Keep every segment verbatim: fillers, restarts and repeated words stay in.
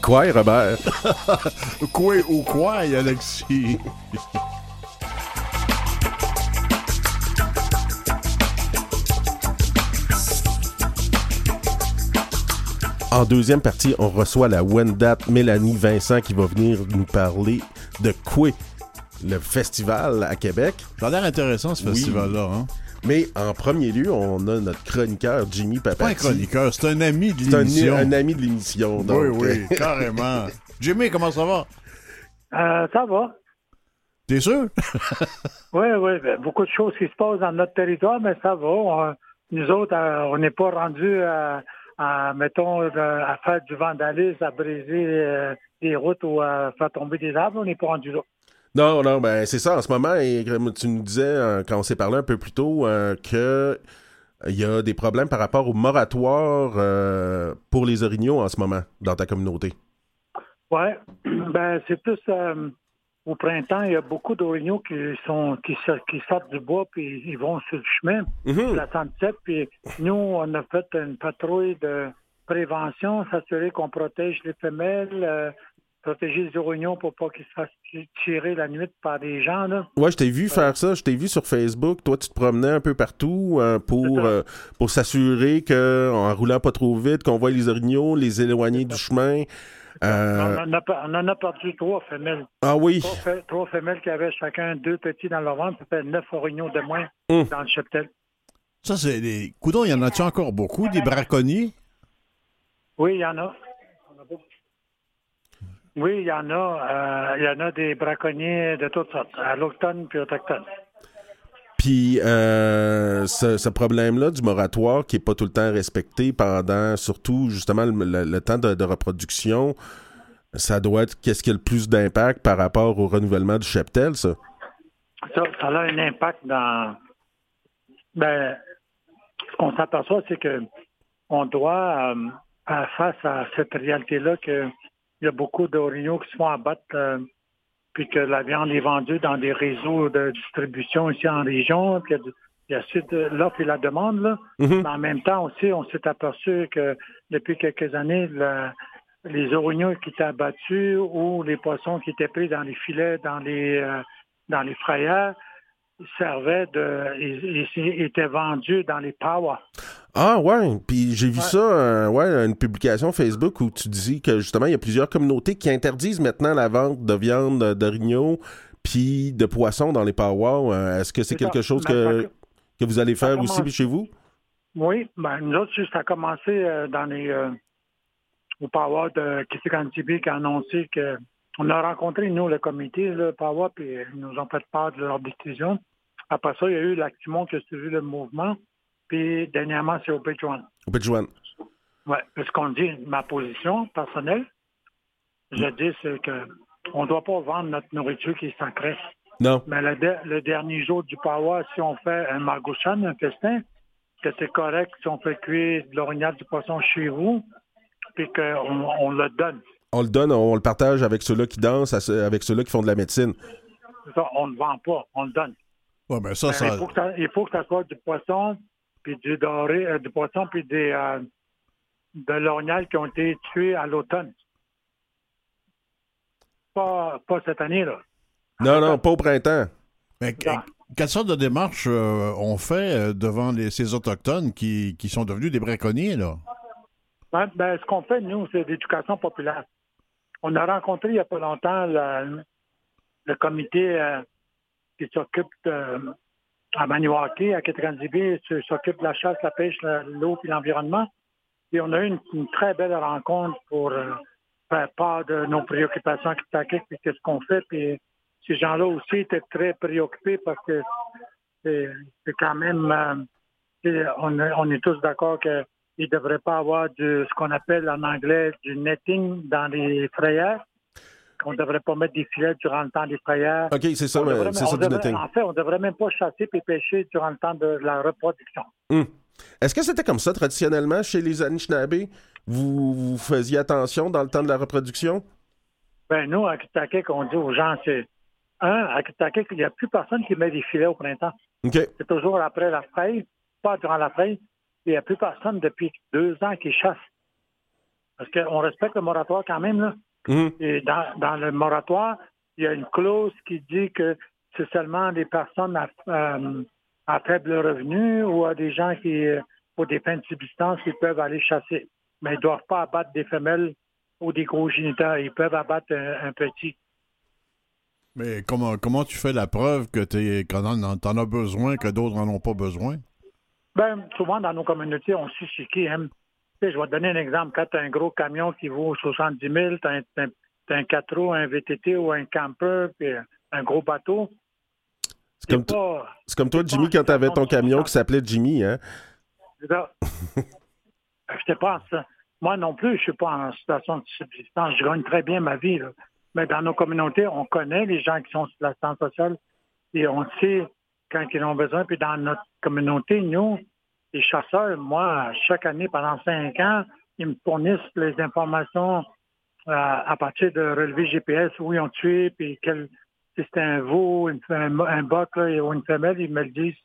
Quoi, Robert? Quoi ou quoi, Alexis? En deuxième partie, on reçoit la Wendat Mélanie Vincent qui va venir nous parler de Coué, le festival à Québec. Ça a l'air intéressant, ce Oui. festival-là. Hein? Mais en premier lieu, on a notre chroniqueur, Jimmy Papati. C'est pas un chroniqueur, c'est un ami de C'est l'émission. un, un ami de l'émission. Donc. Oui, oui, carrément. Jimmy, comment ça va? Euh, ça va. T'es sûr? Oui, oui. Ben, beaucoup de choses qui se passent dans notre territoire, mais ça va. On, nous autres, euh, on n'est pas rendus à, à, mettons, à faire du vandalisme, à briser euh, des routes ou à faire tomber des arbres. On n'est pas rendus là. Non, non, ben c'est ça en ce moment. Et comme tu nous disais, euh, quand on s'est parlé un peu plus tôt, euh, que il y a des problèmes par rapport au moratoire euh, pour les orignaux en ce moment dans ta communauté. Oui. Ben, c'est plus euh, au printemps, il y a beaucoup d'orignaux qui sont qui, qui sortent du bois puis ils vont sur le chemin, Mm-hmm. la cent-sept. Puis nous, on a fait une patrouille de prévention, s'assurer qu'on protège les femelles, euh, protéger les orignaux pour pas qu'ils se fassent tirer la nuit par des gens. Là. Ouais, je t'ai vu faire ça. Je t'ai vu sur Facebook. Toi, tu te promenais un peu partout euh, pour, euh, pour s'assurer qu'en roulant pas trop vite, qu'on voit les orignaux, les éloigner du chemin. Euh... On, en a, on en a perdu trois femelles. Ah oui. Trois, fe- trois femelles qui avaient chacun deux petits dans leur ventre. Ça fait neuf orignaux de moins Hum. dans le cheptel. Ça, c'est des... Coudon, il y en a-tu encore beaucoup, des braconniers? Oui, il y en a. Oui, il y en a. Euh, il y en a des braconniers de toutes sortes, à l'automne puis autochtone. Puis euh, ce, ce problème-là du moratoire qui est pas tout le temps respecté pendant, surtout justement le, le, le temps de, de reproduction, ça doit être qu'est-ce qui a le plus d'impact par rapport au renouvellement du cheptel, ça? Ça, ça a un impact dans... Ben, ce qu'on s'aperçoit, c'est que on doit, euh, faire face à cette réalité-là qu'il y a beaucoup d'orignaux qui se font abattre euh, puis que la viande est vendue dans des réseaux de distribution ici en région, puis il y a, du, il y a aussi de l'offre et la demande, là. Mm-hmm. Mais en même temps aussi, on s'est aperçu que depuis quelques années, le, les orignaux qui étaient abattus ou les poissons qui étaient pris dans les filets, dans les euh, dans les frayères, servaient de... Ils, ils étaient vendus dans les power. Ah ouais, puis j'ai vu Ouais. ça, euh, ouais, une publication Facebook où tu dis que justement il y a plusieurs communautés qui interdisent maintenant la vente de viande d'orignaux puis de poissons dans les powwows. Euh, Est-ce que c'est C'est quelque ça. chose Ben, que, ça- que vous allez ça faire commence- aussi chez vous? Oui, ben, nous autres, ça a commencé euh, dans les... Euh, au Power de Kitigan-Tibi qui a annoncé que... On a rencontré, nous, le comité, le Power, puis ils nous ont fait part de leur décision. Après ça, il y a eu l'Actimon qui a suivi le mouvement, puis dernièrement, c'est au Péjouan. Au Péjouan. Oui, parce qu'on dit, ma position personnelle, je dis, c'est que on ne doit pas vendre notre nourriture qui est sacrée. Non. Mais le, de- le dernier jour du Power, si on fait un margouchan, un festin, que c'est correct si on fait cuire de l'orignal du poisson chez vous, puis qu'on on le donne. On le donne, on le partage avec ceux-là qui dansent, à ceux- avec ceux-là qui font de la médecine. C'est ça, on ne le vend pas, on le donne. Ouais, ben ça, Mais ça... il, faut que ça, il faut que ça soit du poisson, puis du doré, euh, du poisson, puis des, euh, de l'orignal qui ont été tués à l'automne. Pas, pas cette année, là. Non, non, pas au printemps. Mais que- Ça. quelle sorte de démarche euh, on fait euh, devant les, ces Autochtones qui, qui sont devenus des braconniers, là? Ouais, ben, ce qu'on fait, nous, c'est l'éducation populaire. On a rencontré il n'y a pas longtemps le, le comité euh, qui s'occupe de, à Maniwaki, à Kétranzibi, qui s'occupe de la chasse, la pêche, la- l'eau et l'environnement. Et on a eu une, une très belle rencontre pour euh, faire part de nos préoccupations à Kitakik et qu'est-ce qu'on fait. Puis ces gens-là aussi étaient très préoccupés parce que c'est, c'est quand même... euh, c'est- on, est- on est tous d'accord qu'il ne devrait pas avoir du, ce qu'on appelle en anglais du netting dans les frayères. On ne devrait pas mettre des filets durant le temps des frayères. OK, c'est ça, On mais devrait- c'est on ça du devrait- netting. En fait, on ne devrait même pas chasser et pêcher durant le temps de la reproduction. Hum. Est-ce que c'était comme ça traditionnellement chez les Anishinaabe? Vous, vous faisiez attention dans le temps de la reproduction? Ben nous, à Kitakik, on dit aux gens, c'est un, à Kitakik, il n'y a plus personne qui met des filets au printemps. OK. C'est toujours après la fraise, pas durant la fraise. Il n'y a plus personne depuis deux ans qui chasse. Parce qu'on respecte le moratoire quand même, là. Mmh. Et dans, dans le moratoire, il y a une clause qui dit que c'est seulement des personnes à, euh, à faible revenu ou à des gens qui, pour des fins de subsistance, qui peuvent aller chasser. Mais ils ne doivent pas abattre des femelles ou des gros géniteurs. Ils peuvent abattre un, un petit. Mais comment, comment tu fais la preuve que tu en as besoin, que d'autres n'en ont pas besoin? Bien, souvent, dans nos communautés, on sait c'est qui aime. Tu sais, je vais te donner un exemple. Quand tu as un gros camion qui vaut soixante-dix mille, tu as, as, un quatre roues, un V T T ou un camper, puis un gros bateau. C'est comme, pas, c'est comme toi, Jimmy, quand tu avais ton camion qui s'appelait Jimmy, hein? C'est ça. Je te pense. Moi non plus, je ne suis pas en situation de subsistance. Je gagne très bien ma vie, là. Mais dans nos communautés, on connaît les gens qui sont sur l'assistance sociale et on sait quand ils en ont besoin. Puis dans notre communauté, nous, les chasseurs, moi, chaque année, pendant cinq ans, ils me fournissent les informations euh, à partir de relevés G P S, où ils ont tué, puis quel, si c'était un veau, une, un, un boc là, ou une femelle, ils me le disent.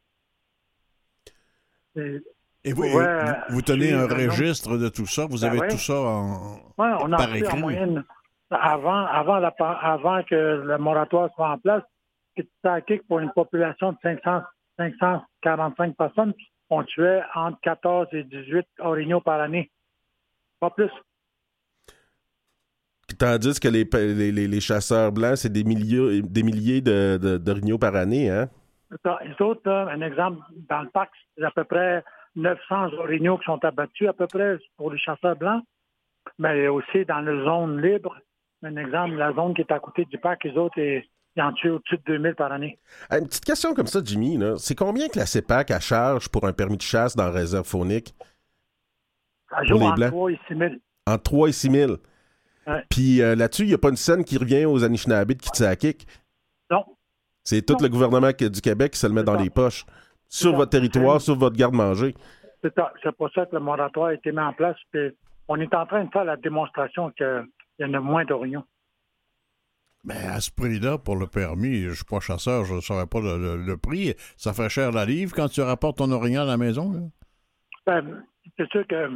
Et, et vous, ouais, vous, vous tenez un registre nom. de tout ça? Vous ben avez ouais. tout ça en, ouais, on a par écrit? En moyenne. Avant, avant, la, avant que le moratoire soit en place, c'était pour une population de cinq cents, cinq cent quarante-cinq personnes, on tuait entre quatorze et dix-huit orignaux par année. Pas plus. Tandis que les, les, les chasseurs blancs, c'est des milliers, des milliers de, de, d'orignaux par année, hein? Les autres, un exemple, dans le parc, c'est à peu près neuf cents orignaux qui sont abattus, à peu près, pour les chasseurs blancs. Mais aussi dans la zone libre, un exemple, la zone qui est à côté du parc, les autres, ils en tuent au-dessus de deux mille par année. Une petite question comme ça, Jimmy, là. C'est combien que la C E P A C a charge pour un permis de chasse dans la réserve faunique? Ça joue entre trois et six mille. Entre trois et six mille. Ouais. Puis euh, là-dessus, il n'y a pas une scène qui revient aux Anishinaabe de Kitsakik? Non. C'est tout non. le gouvernement du Québec qui se le met c'est dans ça. les poches. Sur c'est votre ça. territoire, c'est... sur votre garde-manger. C'est ça. C'est pour ça que le moratoire a été mis en place. Puis on est en train de faire la démonstration qu'il y en a moins d'orignaux. Mais à ce prix-là, pour le permis, je ne suis pas chasseur, je ne saurais pas le, le, le prix. Ça fait cher la livre quand tu rapportes ton orignal à la maison? Là? Ben, c'est sûr que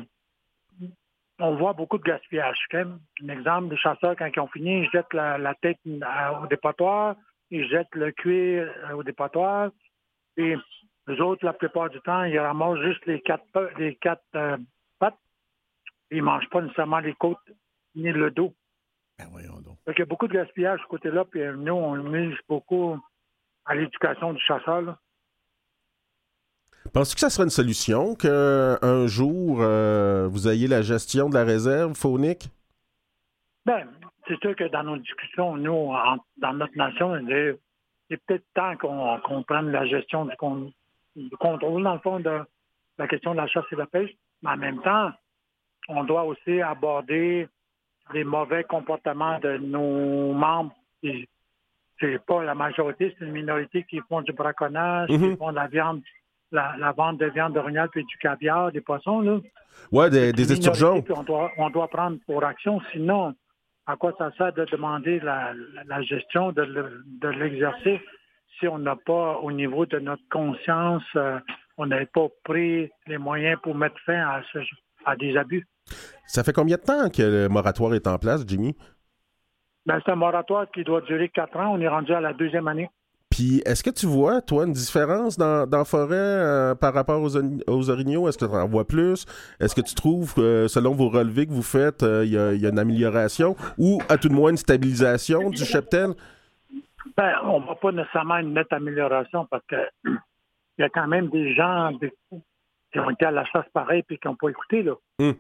on voit beaucoup de gaspillage. Okay? Un exemple, les chasseurs, quand ils ont fini, ils jettent la, la tête au dépotoir, ils jettent le cuir au dépotoir, et les autres, la plupart du temps, ils ramassent juste les quatre, les quatre euh, pattes. Ils ne mangent pas nécessairement les côtes ni le dos. Ben voyons donc. Donc, il y a beaucoup de gaspillage de ce côté-là, puis nous, on mise beaucoup à l'éducation du chasseur. Là. Penses-tu que ça serait une solution qu'un jour, euh, vous ayez la gestion de la réserve faunique? Bien, c'est sûr que dans nos discussions, nous, en, dans notre nation, c'est, c'est peut-être temps qu'on, qu'on prenne la gestion du, con, du contrôle, dans le fond, de la question de la chasse et de la pêche. Mais en même temps, on doit aussi aborder les mauvais comportements de nos membres. Et c'est pas la majorité, c'est une minorité qui font du braconnage, mm-hmm. qui font de la viande, la, la vente de viande d'orignal puis du caviar, des poissons, là. Ouais, des, des esturgeons. On doit, on doit prendre pour action, sinon, à quoi ça sert de demander la, la, la gestion de, le, de l'exercice si on n'a pas, au niveau de notre conscience, euh, on n'a pas pris les moyens pour mettre fin à, ce, à des abus. Ça fait combien de temps que le moratoire est en place, Jimmy? Ben, c'est un moratoire qui doit durer quatre ans. On est rendu à la deuxième année. Puis, est-ce que tu vois, toi, une différence dans, dans la forêt euh, par rapport aux, aux orignaux? Est-ce que tu en vois plus? Est-ce que tu trouves, euh, selon vos relevés que vous faites, il euh, y, y a une amélioration ou, à tout de moins, une stabilisation du cheptel? Ben, on ne voit pas nécessairement une nette amélioration parce que il y a quand même des gens des, qui ont été à la chasse pareil et qui n'ont pas écouté, là. Hum.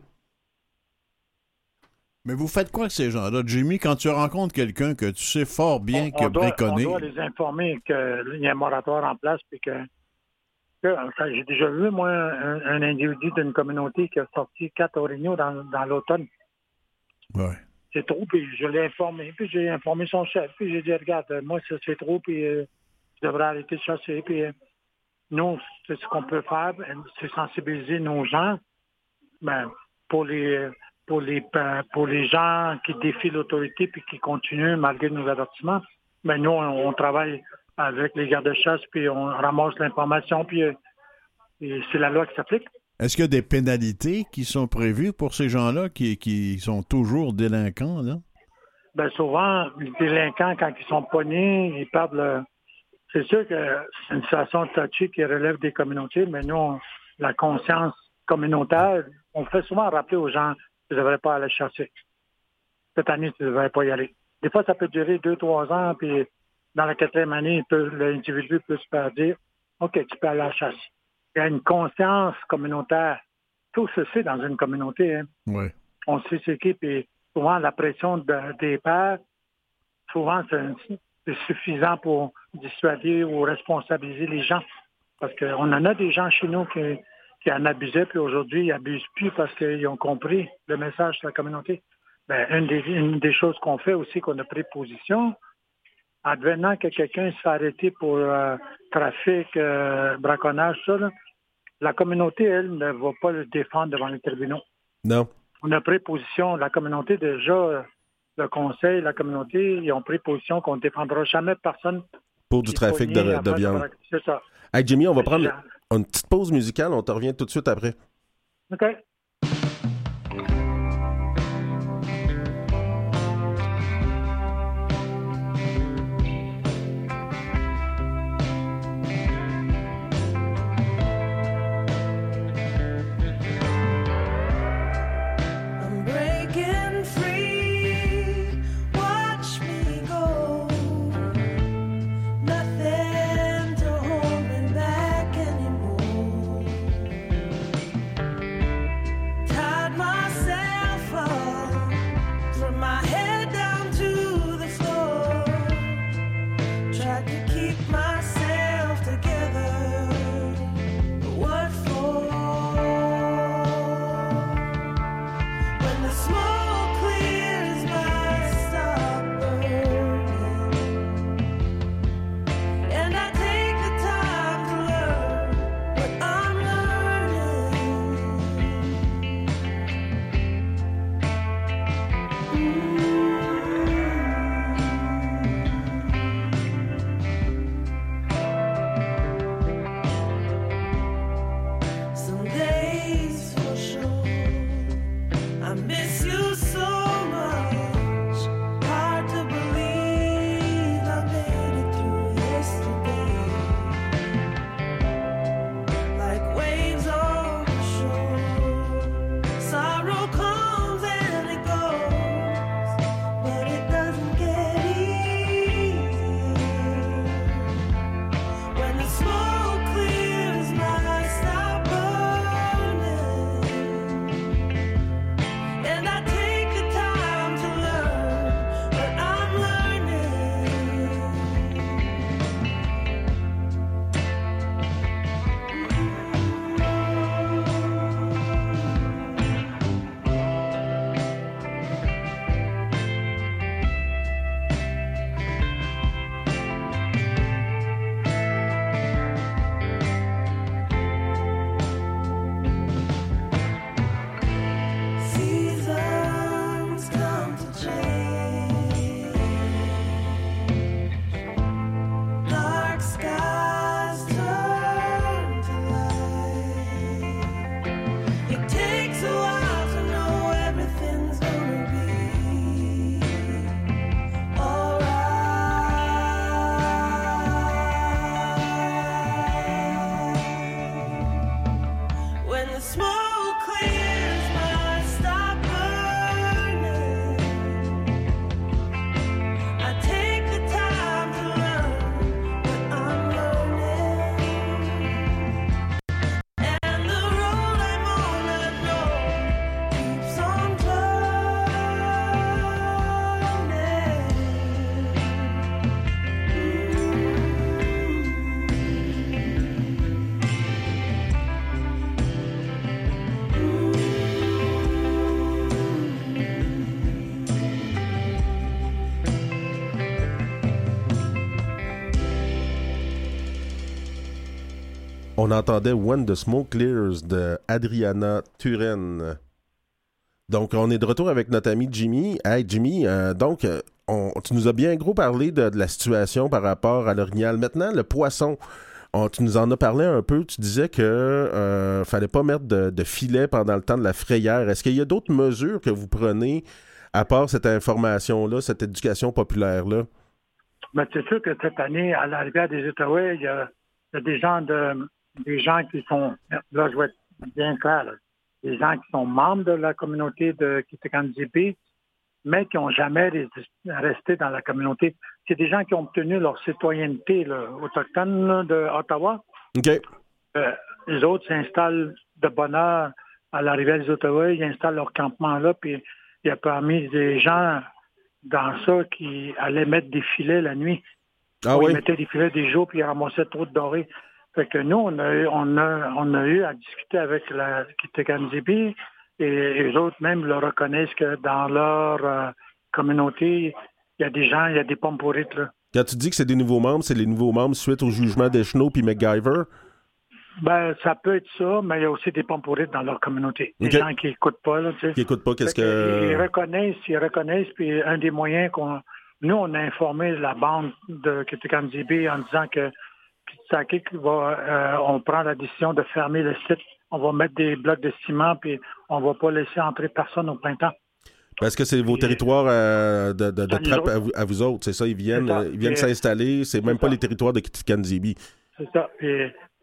Mais vous faites quoi avec ces gens-là, Jimmy, quand tu rencontres quelqu'un que tu sais fort bien que briconné? On doit les informer qu'il y a un moratoire en place puis que, que enfin, j'ai déjà vu, moi, un, un individu d'une communauté qui a sorti quatre orignaux dans, dans l'automne. Ouais. C'est trop, puis je l'ai informé, puis j'ai informé son chef, puis j'ai dit, regarde, moi, c'est, c'est trop, puis euh, je devrais arrêter de chasser, puis euh, nous, c'est ce qu'on peut faire, c'est sensibiliser nos gens, ben, pour les... Pour les, pour les gens qui défient l'autorité puis qui continuent malgré nos avertissements. Mais nous, on, on travaille avec les gardes-chasse puis on ramasse l'information puis et c'est la loi qui s'applique. Est-ce qu'il y a des pénalités qui sont prévues pour ces gens-là qui, qui sont toujours délinquants, là? Ben souvent, les délinquants, quand ils sont pognés, ils perdent le... C'est sûr que c'est une situation touchée qui relève des communautés, mais nous, on... la conscience communautaire, on fait souvent rappeler aux gens qu'ils ne devraient pas aller chasser. Cette année, tu ne devrais pas y aller. Des fois, ça peut durer deux, trois ans, puis dans la quatrième année, peut, l'individu peut se faire dire « OK, tu peux aller à la chasse ». Il y a une conscience communautaire. Tout se sait dans une communauté. Hein. Oui. On sait ce qui, puis souvent, la pression de, des pères, souvent, c'est, c'est suffisant pour dissuader ou responsabiliser les gens. Parce qu'on en a des gens chez nous qui, qui en abusaient, puis aujourd'hui, ils n'abusent plus parce qu'ils ont compris le message de la communauté. Ben, une, des, une des choses qu'on fait aussi, qu'on a pris position, advenant que quelqu'un se fait arrêter pour euh, trafic, euh, braconnage, ça, là, la communauté, elle, ne va pas le défendre devant les tribunaux. Non. On a pris position, la communauté déjà, le conseil, la communauté, ils ont pris position qu'on ne défendra jamais personne. Pour du trafic de, de viande. De... C'est ça. Hey Jimmy, on va prendre une petite pause musicale, on te revient tout de suite après. OK. On entendait When the Smoke Clears de Adriana Turen. Donc, on est de retour avec notre ami Jimmy. Hey, Jimmy, euh, donc, on, tu nous as bien gros parlé de, de la situation par rapport à l'orignal. Maintenant, le poisson. On, tu nous en as parlé un peu. Tu disais que euh, fallait pas mettre de, de filet pendant le temps de la frayère. Est-ce qu'il y a d'autres mesures que vous prenez à part cette information-là, cette éducation populaire-là? Mais c'est sûr que cette année, à la rivière des Outaouais, il y a, il y a des gens de des gens qui sont, là je vais être bien clair, là, des gens qui sont membres de la communauté de Kitikandjibi, mais qui n'ont jamais resté dans la communauté. C'est des gens qui ont obtenu leur citoyenneté là, autochtone là, de Ottawa. OK. Euh, les autres s'installent de bonne heure à la rivière des Outaouais, ils installent leur campement là, puis il y a parmi des gens dans ça qui allaient mettre des filets la nuit. Ah Ils oui? mettaient des filets des jours, puis ils ramassaient trop de dorés. Fait que nous, on a, eu- on a, on a eu à discuter avec la Kitikandjibi, et les autres même le reconnaissent que dans leur euh, communauté, il y a des gens, il y a des pommes pourrites, là. Quand tu dis que c'est des nouveaux membres, c'est les nouveaux membres suite au jugement d'Eschno puis MacGyver? Ben, ça peut être ça, mais il y a aussi des pommes pourrites dans leur communauté. Des Okay. gens qui n'écoutent pas, là, tu sais. Qui n'écoutent pas qu'est-ce Fait que... Ils reconnaissent, ils reconnaissent, puis un des moyens qu'on... Nous, on a informé la bande de Kitikandjibi en disant que Kitsakik va, euh, on prend la décision de fermer le site. On va mettre des blocs de ciment, puis on va pas laisser entrer personne au printemps. Parce que c'est vos Puis, territoires euh, de, de, de à nous trappe autres. à vous, à vous autres, c'est ça? Ils viennent, C'est ça. euh, ils viennent Puis, s'installer, c'est même c'est pas ça. les territoires de Kitikandjibi. C'est ça. Puis,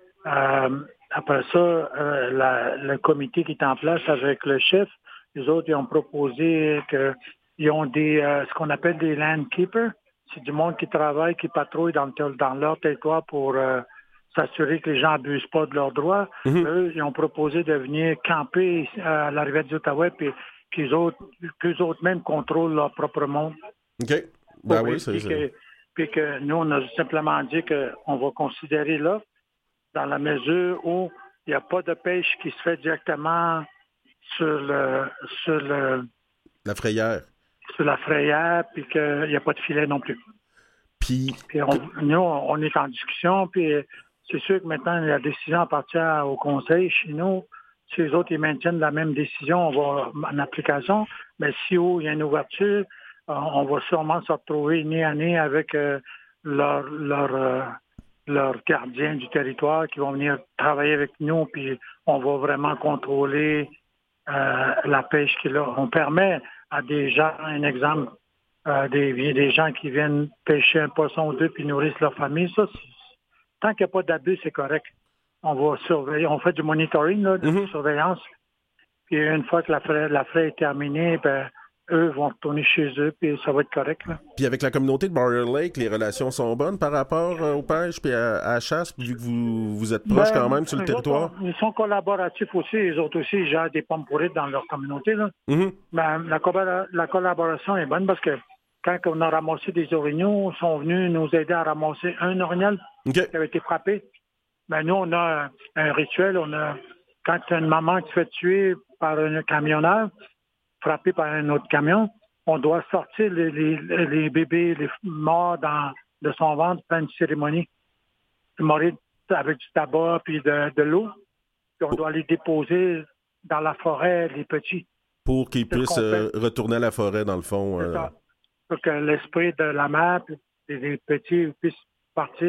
euh, après ça, euh, la- le comité qui est en place avec le chef, les autres, ils ont proposé qu'ils ont des, euh, ce qu'on appelle des landkeepers. C'est du monde qui travaille, qui patrouille dans, le- dans leur territoire pour euh, s'assurer que les gens n'abusent pas de leurs droits. Mhm. Eux, ils ont proposé de venir camper à la rivière des Outaouais, puis qu'ils autres, qu'eux autres même contrôlent leur propre monde. OK. Ben Puis oui, c'est puis ça. que, puis que nous, on a simplement dit qu'on va considérer là, dans la mesure où il n'y a pas de pêche qui se fait directement sur le sur le La frayère. sur la frayère, puis qu'il n'y a pas de filet non plus. Puis, Puis on, nous, on est en discussion, puis c'est sûr que maintenant, la décision appartient au conseil chez nous. Si les autres ils maintiennent la même décision, on va en application. Mais si où il y a une ouverture, euh, on va sûrement se retrouver nez à nez avec euh, leur, leur, euh, leurs gardiens du territoire qui vont venir travailler avec nous, puis on va vraiment contrôler euh, la pêche qu'il a. On permet à des gens, un exemple, euh, des, des gens qui viennent pêcher un poisson ou deux puis nourrissent leur famille. Ça, c'est- tant qu'il n'y a pas d'abus, c'est correct. On va surveiller, on fait du monitoring, là, de Mhm. surveillance. Puis une fois que la fraie, la fraie est terminée, ben, eux vont retourner chez eux, puis ça va être correct, là. puis avec la communauté de Barrier Lake, les relations sont bonnes par rapport euh, aux pêches puis à, à la chasse, vu que vous, vous êtes proche Ben, quand même sur le eux territoire? autres, ils sont collaboratifs aussi. Les autres aussi, ils gèrent des pommes pourrites dans leur communauté, là. Mhm. Ben, la, colla- la collaboration est bonne parce que quand on a ramassé des orignaux, ils sont venus nous aider à ramasser un orignal OK. qui avait été frappé. Ben, nous, on a un, un rituel. On a, quand une maman qui se fait tuer par un camionneur, frappé par un autre camion, on doit sortir les, les, les bébés les morts dans, de son ventre, faire une cérémonie. Mourir avec du tabac puis de, de l'eau. Puis on doit les déposer dans la forêt, les petits. Pour qu'ils C'est ce puissent qu'on euh, retourner à la forêt, dans le fond. C'est euh. ça. Pour que l'esprit de la mère et les petits puissent partir.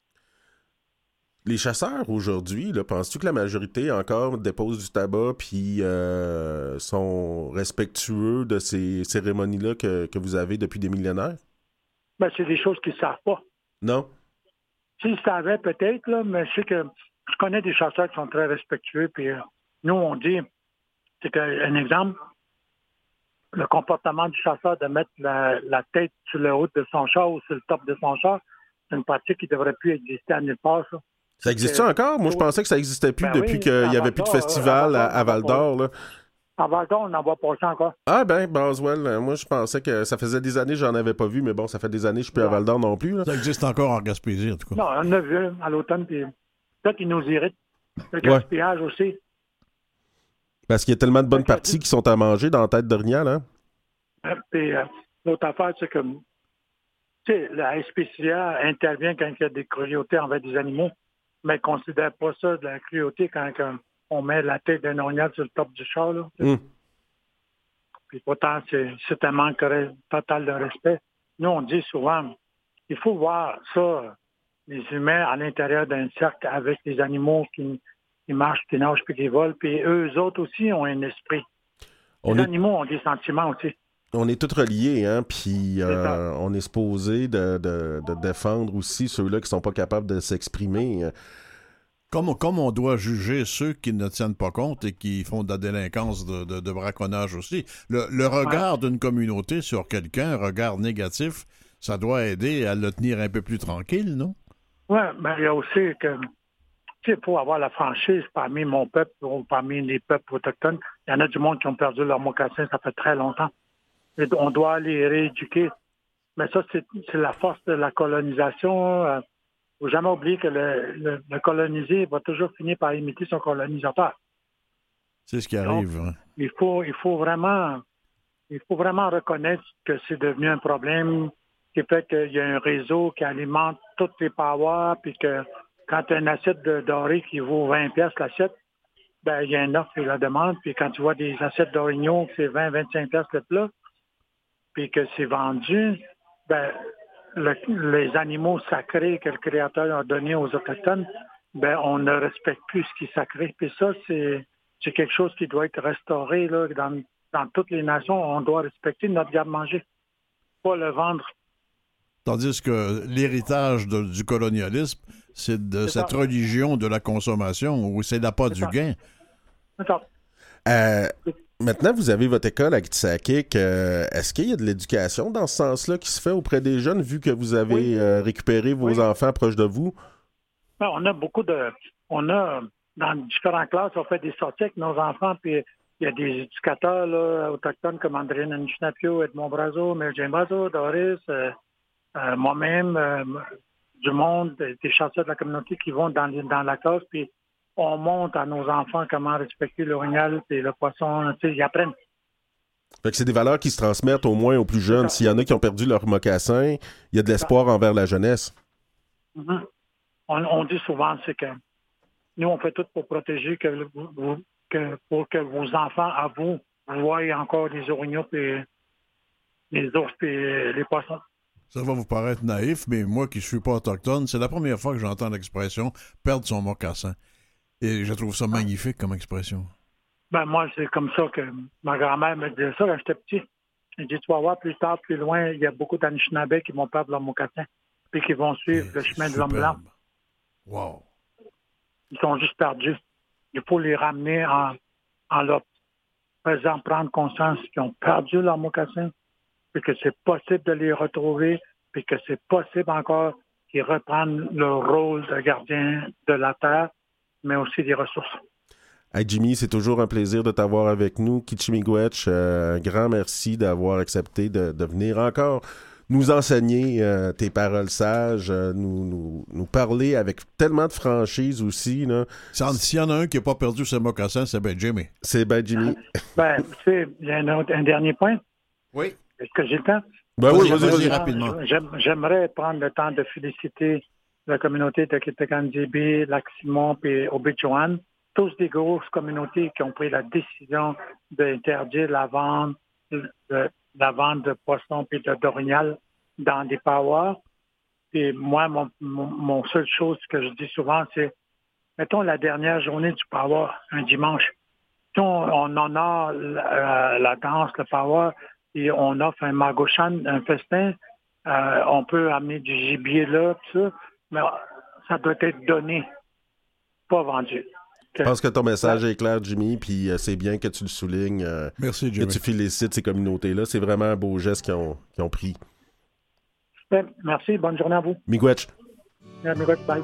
Les chasseurs aujourd'hui, là, penses-tu que la majorité encore dépose du tabac puis euh, sont respectueux de ces cérémonies-là que, que vous avez depuis des millénaires? Ben, c'est des choses qu'ils ne savent pas. Non? S'ils savaient peut-être, là, mais je sais que je connais des chasseurs qui sont très respectueux. Puis euh, nous, on dit, c'est qu'un exemple, le comportement du chasseur de mettre la, la tête sur le haut de son char ou sur le top de son char, c'est une pratique qui ne devrait plus exister à nulle part, ça. Ça existe ça encore? Moi, je pensais que ça n'existait plus Ben depuis oui, qu'il à n'y avait plus de Val-d'Or, festival à à, à Val-d'Or. Là. À Val-d'Or, on en voit passer encore. Ah ben, Boswell, euh, moi je pensais que ça faisait des années que j'en avais pas vu, mais bon, ça fait des années que je suis plus à Non. Val-d'Or non plus. Là. Ça existe encore en Gaspésie, en tout cas. Non, on en a vu à l'automne, puis ça qui nous irrite. Le gaspillage aussi. Parce qu'il y a tellement de bonnes Fait que- parties qui sont à manger dans la tête d'Orignal, hein? Euh, Puis euh, l'autre affaire, c'est que, tu sais, la S P C A intervient quand il y a des cruautés envers des animaux, mais elle ne considère pas ça de la cruauté quand, quand on met la tête d'un orignal sur le top du char, là. Mm. Puis pourtant, c'est, c'est un manque re- total de respect. Nous, on dit souvent, il faut voir ça les humains à l'intérieur d'un cercle avec des animaux qui, qui marchent, qui nagent, puis qui volent. Puis eux autres aussi ont un esprit. On les est... animaux ont des sentiments aussi. On est tous reliés, hein, puis euh, on est supposé de, de, de défendre aussi ceux-là qui sont pas capables de s'exprimer. Comme, comme on doit juger ceux qui ne tiennent pas compte et qui font de la délinquance de, de, de braconnage aussi. Le, le regard ouais. d'une communauté sur quelqu'un, un regard négatif, ça doit aider à le tenir un peu plus tranquille, non? Oui, mais il y a aussi que, tu sais, pour avoir la franchise parmi mon peuple ou parmi les peuples autochtones, il y en a du monde qui ont perdu leur mocassin, ça fait très longtemps. Et on doit les rééduquer. Mais ça, c'est, c'est la force de la colonisation. Il ne faut jamais oublier que le, le, le colonisé va toujours finir par imiter son colonisateur. C'est ce qui arrive. Donc, hein. il faut, il faut vraiment, il faut vraiment reconnaître que c'est devenu un problème qui fait qu'il y a un réseau qui alimente toutes les powers, puis que quand tu as une assiette de doré qui vaut vingt piastres l'assiette, ben il y a une offre et la demande. Puis quand tu vois des assiettes d'orignaux que c'est vingt à vingt-cinq piastres le plat, puis que c'est vendu, ben le, les animaux sacrés que le Créateur a donnés aux Autochtones, ben on ne respecte plus ce qui est sacré. Puis ça, c'est, c'est quelque chose qui doit être restauré là, dans, dans toutes les nations. On doit respecter notre garde-manger, pas le vendre. Tandis que l'héritage de, du colonialisme, c'est de c'est cette ça. religion de la consommation où c'est l'appât du ça. gain. C'est ça. Euh, maintenant, vous avez votre école à Kitsakik. Euh, est-ce qu'il y a de l'éducation dans ce sens-là qui se fait auprès des jeunes, vu que vous avez oui. euh, récupéré vos oui. enfants proches de vous? Ben, on a beaucoup de... On a, dans différentes classes, on fait des sorties avec nos enfants, puis il y a des éducateurs là, autochtones comme André Nanishinapio, Edmond Brazo, Melvin Brazo, Doris... Euh, Euh, moi-même, euh, du monde, des chasseurs de la communauté qui vont dans, dans la classe, puis on montre à nos enfants comment respecter l'orignal et le poisson, tu sais, ils apprennent. Fait que c'est des valeurs qui se transmettent au moins aux plus jeunes. S'il y en a qui ont perdu leur mocassin, il y a de l'espoir envers la jeunesse. Mm-hmm. On, on dit souvent, c'est que nous, on fait tout pour protéger, que, vous, que pour que vos enfants, à vous, vous voyez encore les orignaux, puis les ours, puis les poissons. Ça va vous paraître naïf, mais moi qui ne suis pas autochtone, c'est la première fois que j'entends l'expression « perdre son mocassin ». Et je trouve ça magnifique comme expression. Ben moi, c'est comme ça que ma grand-mère me disait ça quand j'étais petit. Elle dit, tu vas voir, plus tard, plus loin, il y a beaucoup d'Anishinabés qui vont perdre leur mocassin puis qui vont suivre c'est le chemin superbe. de l'homme blanc. Wow! Ils sont juste perdus. Il faut les ramener en, en leur faisant prendre conscience qu'ils ont perdu leur mocassin, puis que c'est possible de les retrouver, puis que c'est possible encore qu'ils reprennent leur rôle de gardien de la terre, mais aussi des ressources. Hey Jimmy, c'est toujours un plaisir de t'avoir avec nous. Kichimiigwech, euh, un grand merci d'avoir accepté de, de venir encore nous enseigner euh, tes paroles sages, euh, nous, nous, nous parler avec tellement de franchise aussi. Là. S'il y en a un qui n'a pas perdu ses mocassins, c'est ben Jimmy. C'est ben Jimmy. Ben, tu sais, il y a un, autre, un dernier point. Oui. Est-ce que j'ai le temps? Ben oui, vas-y, vas-y, vas-y. rapidement. J'aimerais prendre le temps de féliciter la communauté de Kitakan-Zibi, Lac-Simon et Obidjouan, tous des grosses communautés qui ont pris la décision d'interdire la vente, de, la vente de poissons et de d'orignal dans des powers. Et moi, mon, mon, mon seule chose que je dis souvent, c'est, mettons la dernière journée du power, un dimanche. Si on, on honore la, la danse, le power, et on offre un magochan, un festin, euh, on peut amener du gibier là, tout ça, mais ça doit être donné, pas vendu. Je pense que ton message est clair, Jimmy, puis euh, c'est bien que tu le soulignes. Euh, Merci, Jimmy. Que tu félicites ces communautés-là. C'est vraiment un beau geste qu'ils ont, qu'ils ont pris. Merci, bonne journée à vous. Miigwech. Yeah, Miigwech, bye.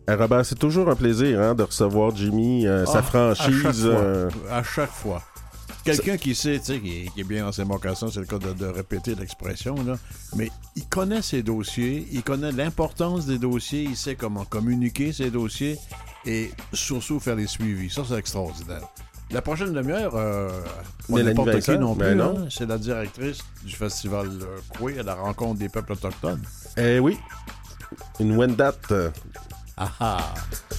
Eh, Robert, c'est toujours un plaisir hein, de recevoir Jimmy, euh, ah, sa franchise. À chaque euh... fois. À chaque fois. Quelqu'un qui sait, tu sais, qui, qui est bien dans ses mocassins, c'est le cas de, de répéter l'expression, là, mais il connaît ses dossiers, il connaît l'importance des dossiers, il sait comment communiquer ces dossiers et surtout faire les suivis. Ça, c'est extraordinaire. La prochaine demi-heure, euh, pas n'importe qui non plus, non. Hein, c'est la directrice du festival euh, Coué à la rencontre des peuples autochtones. Eh oui, une Wendat. Ah ah!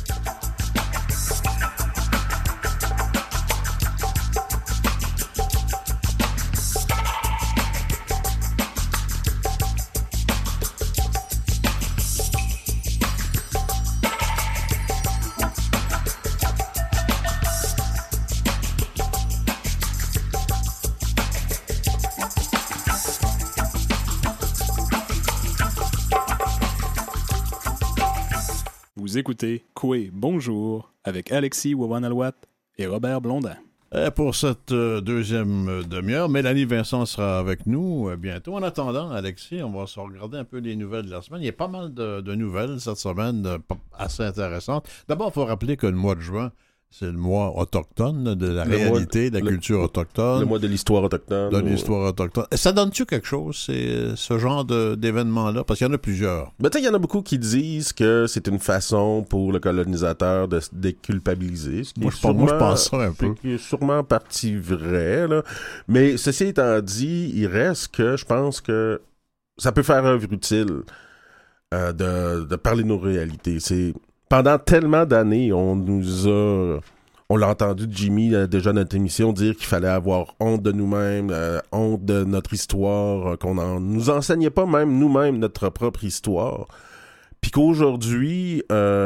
Vous écoutez Coué Bonjour avec Alexis Wawanalwat et Robert Blondin. Et pour cette euh, deuxième euh, demi-heure, Mélanie Vincent sera avec nous euh, bientôt. En attendant, Alexis, on va se regarder un peu les nouvelles de la semaine. Il y a pas mal de, de nouvelles cette semaine, euh, assez intéressantes. D'abord, il faut rappeler que le mois de juin, c'est le mois autochtone, de la le réalité, de la le, culture autochtone. Le mois de l'histoire autochtone. De l'histoire autochtone. Et ça donne-tu quelque chose, c'est, ce genre de, d'événements-là? Parce qu'il y en a plusieurs. Ben, tu sais, il y en a beaucoup qui disent que c'est une façon pour le colonisateur de se déculpabiliser. Ce qui moi, est je sûrement, moi, je pense ça un peu. C'est sûrement partie vrai, là. Mais ceci étant dit, il reste que je pense que ça peut faire œuvre utile euh, de, de parler de nos réalités. C'est... Pendant tellement d'années, on nous a... On l'a entendu de Jimmy, euh, déjà dans notre émission, dire qu'il fallait avoir honte de nous-mêmes, euh, honte de notre histoire, euh, qu'on en, nous enseignait pas même nous-mêmes notre propre histoire. Puis qu'aujourd'hui,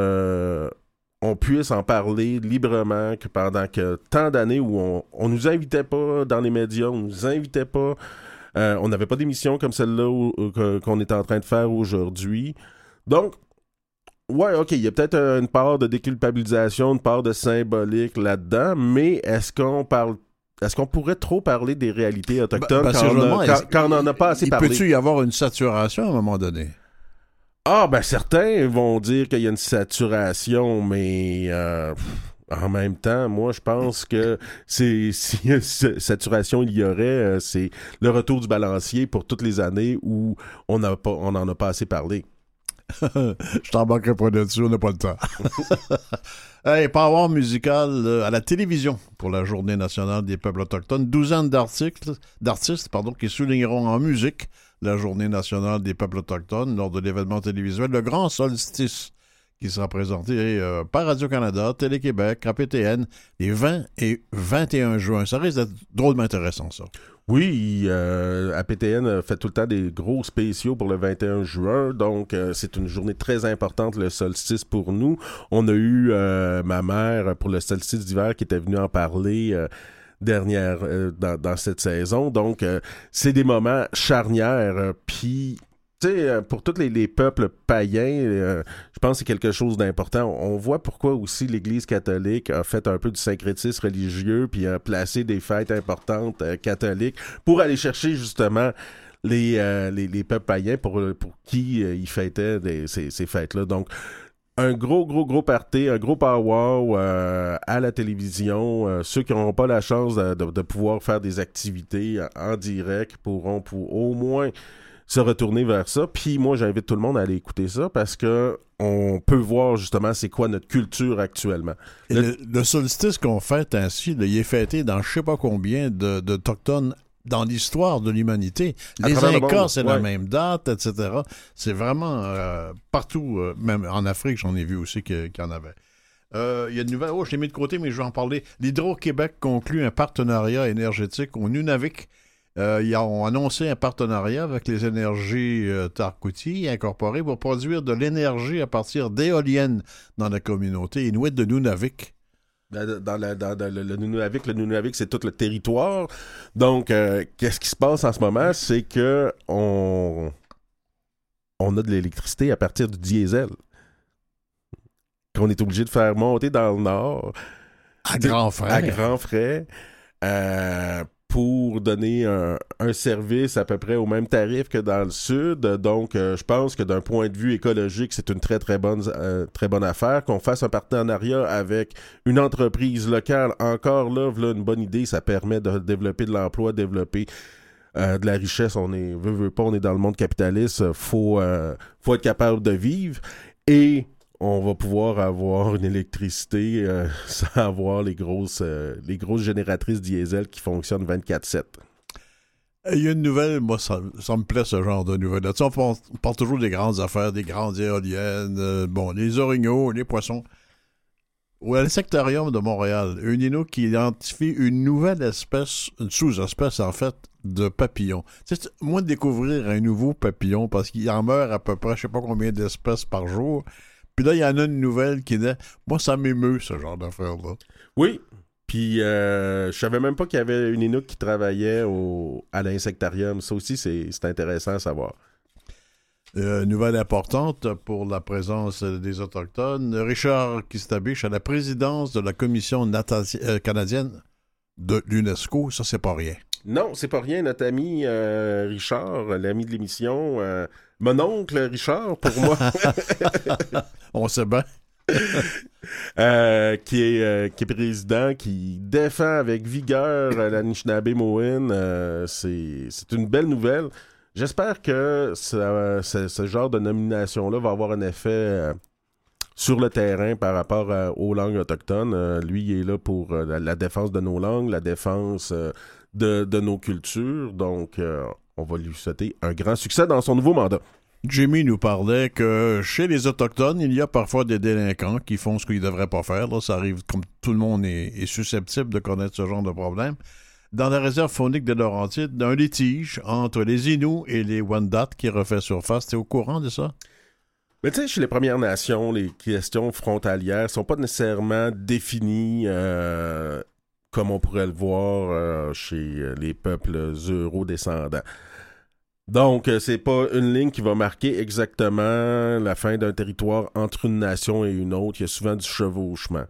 euh, on puisse en parler librement, que pendant que tant d'années où on, on nous invitait pas dans les médias, on nous invitait pas, euh, on n'avait pas d'émission comme celle-là où, où, qu'on est en train de faire aujourd'hui. Donc, ouais, OK, il y a peut-être une part de déculpabilisation, une part de symbolique là-dedans, mais est-ce qu'on parle est-ce qu'on pourrait trop parler des réalités autochtones ben, quand, on a, quand, quand on n'en a pas assez il parlé? Peut-tu y avoir une saturation à un moment donné? Ah, ben certains vont dire qu'il y a une saturation, mais euh, en même temps, moi, je pense que c'est, si saturation il y aurait, c'est le retour du balancier pour toutes les années où on n'a pas, on n'en a pas assez parlé. Je t'embarquerai pas là-dessus, on n'a pas le temps. Hey, Power musical euh, à la télévision pour la Journée nationale des peuples autochtones. Douzaine d'articles, d'artistes pardon, qui souligneront en musique la Journée nationale des peuples autochtones lors de l'événement télévisuel Le Grand Solstice, qui sera présenté euh, par Radio-Canada, Télé-Québec, A P T N, les vingt et vingt et un juin. Ça risque d'être drôlement intéressant, ça. Oui, euh, A P T N fait tout le temps des gros spéciaux pour le vingt et un juin, donc euh, c'est une journée très importante, le solstice pour nous. On a eu euh, ma mère pour le solstice d'hiver qui était venue en parler euh, dernière euh, dans, dans cette saison, donc euh, c'est des moments charnières, euh, puis... Tu sais, pour tous les, les peuples païens, euh, je pense que c'est quelque chose d'important. On voit pourquoi aussi l'Église catholique a fait un peu du syncrétisme religieux puis a placé des fêtes importantes euh, catholiques pour aller chercher justement les, euh, les, les peuples païens pour, pour qui euh, ils fêtaient des, ces, ces fêtes-là. Donc, un gros, gros, gros party, un gros power euh, à la télévision. Euh, ceux qui n'auront pas la chance de, de, de pouvoir faire des activités en direct pourront pour au moins... se retourner vers ça. Puis moi, j'invite tout le monde à aller écouter ça parce que on peut voir justement c'est quoi notre culture actuellement. Le... Le, le solstice qu'on fête ainsi, là, il est fêté dans je sais pas combien de, d'Autochtones dans l'histoire de l'humanité. Les Incas, c'est ouais. la même date, et cetera. C'est vraiment euh, partout, euh, même en Afrique, j'en ai vu aussi qu'il y en avait. Euh, il y a une nouvelle, oh, je l'ai mis de côté, mais je vais en parler. L'Hydro-Québec conclut un partenariat énergétique au Nunavik. Euh, ils ont annoncé un partenariat avec les énergies euh, Tarkouti incorporées pour produire de l'énergie à partir d'éoliennes dans la communauté inuit de Nunavik. Dans, la, dans, dans le, le Nunavik, le Nunavik, c'est tout le territoire. Donc, euh, qu'est-ce qui se passe en ce moment? C'est que on, on a de l'électricité à partir du diesel qu'on est obligé de faire monter dans le nord. À grands frais. À grands frais. Euh, pour donner un, un service à peu près au même tarif que dans le sud. Donc, euh, je pense que d'un point de vue écologique, c'est une très, très bonne, euh, très bonne affaire. Qu'on fasse un partenariat avec une entreprise locale, encore là, voilà une bonne idée. Ça permet de développer de l'emploi, développer euh, de la richesse. On est, veut, veut pas, on est dans le monde capitaliste. Faut, euh, faut être capable de vivre. Et on va pouvoir avoir une électricité euh, sans avoir les grosses, euh, les grosses génératrices diesel qui fonctionnent vingt-quatre sept. Il y a une nouvelle, moi, ça, ça me plaît ce genre de nouvelles. Là, on, parle, on parle toujours des grandes affaires, des grandes éoliennes, euh, bon, les orignaux, les poissons. Ou à l'Insectarium de Montréal, un Inno qui identifie une nouvelle espèce, une sous-espèce en fait, de papillons. Tu sais, moi, de découvrir un nouveau papillon, parce qu'il en meurt à peu près, je sais pas combien d'espèces par jour. Puis là, il y en a une nouvelle qui est... Moi, ça m'émeut, ce genre d'affaires-là. Oui, puis euh, je savais même pas qu'il y avait une Inuk qui travaillait au, à l'insectarium. Ça aussi, c'est, c'est intéressant à savoir. Euh, nouvelle importante pour la présence des Autochtones. Richard Kistabiche à la présidence de la Commission natasi- euh, canadienne de l'UNESCO. Ça, c'est pas rien. Non, c'est pas rien. Notre ami euh, Richard, l'ami de l'émission... Euh, mon oncle Richard, pour moi. On sait bien. euh, qui, est, euh, qui est président, qui défend avec vigueur euh, l'Anishinaabe-Mohin. Euh, c'est, c'est une belle nouvelle. J'espère que ça, ce, ce genre de nomination-là va avoir un effet euh, sur le terrain par rapport à, aux langues autochtones. Euh, lui, il est là pour euh, la, la défense de nos langues, la défense euh, de, de nos cultures. Donc, euh, on va lui souhaiter un grand succès dans son nouveau mandat. Jimmy nous parlait que chez les Autochtones, il y a parfois des délinquants qui font ce qu'ils ne devraient pas faire. Là, ça arrive comme tout le monde est, est susceptible de connaître ce genre de problème. Dans la réserve faunique des Laurentides, un litige entre les Inuits et les Wendat qui refait surface. T'es au courant de ça? Mais tu sais, chez les Premières Nations, les questions frontalières ne sont pas nécessairement définies euh, comme on pourrait le voir euh, chez les peuples euro-descendants. Donc, euh, c'est pas une ligne qui va marquer exactement la fin d'un territoire entre une nation et une autre. Il y a souvent du chevauchement.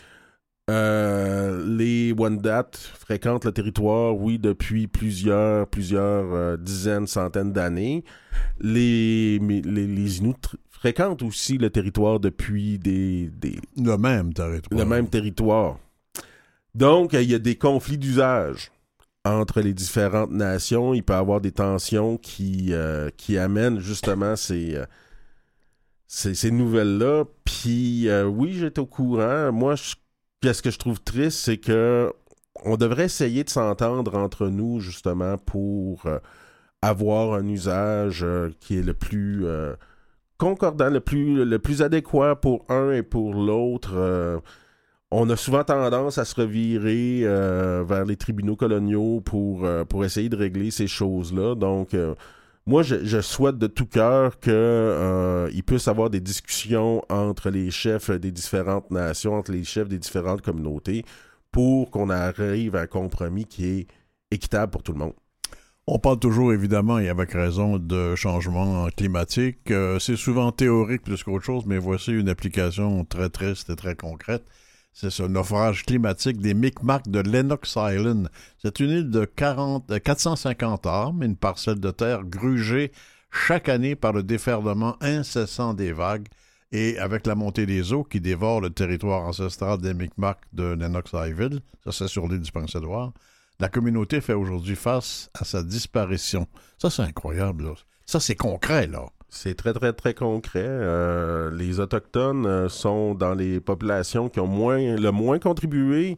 Euh, les Wendat fréquentent le territoire, oui, depuis plusieurs, plusieurs euh, dizaines, centaines d'années. Les, les, les Inuits fréquentent aussi le territoire depuis des... des le même territoire. Le même territoire. Donc, il y a des conflits d'usage entre les différentes nations. Il peut y avoir des tensions qui, euh, qui amènent justement ces, euh, ces, ces nouvelles-là. Puis, euh, oui, j'étais au courant. Moi, je, qu'est-ce que je trouve triste, c'est que on devrait essayer de s'entendre entre nous, justement, pour euh, avoir un usage euh, qui est le plus euh, concordant, le plus, le plus adéquat pour un et pour l'autre. Euh, On a souvent tendance à se revirer euh, vers les tribunaux coloniaux pour, euh, pour essayer de régler ces choses-là. Donc, euh, moi, je, je souhaite de tout cœur qu'il euh, puisse y avoir des discussions entre les chefs des différentes nations, entre les chefs des différentes communautés, pour qu'on arrive à un compromis qui est équitable pour tout le monde. On parle toujours, évidemment, et avec raison, de changement climatique. Euh, c'est souvent théorique plus qu'autre chose, mais voici une application très triste et très concrète. C'est ce naufrage climatique des Micmacs de Lennox Island. C'est une île de quarante, quatre cent cinquante armes, une parcelle de terre grugée chaque année par le déferlement incessant des vagues et avec la montée des eaux qui dévorent le territoire ancestral des Micmacs de Lennox Island, ça c'est sur l'île du Prince-Édouard, la communauté fait aujourd'hui face à sa disparition. Ça c'est incroyable, là. Ça c'est concret, là. C'est très, très, très concret. Euh, les Autochtones euh, sont dans les populations qui ont moins, le moins contribué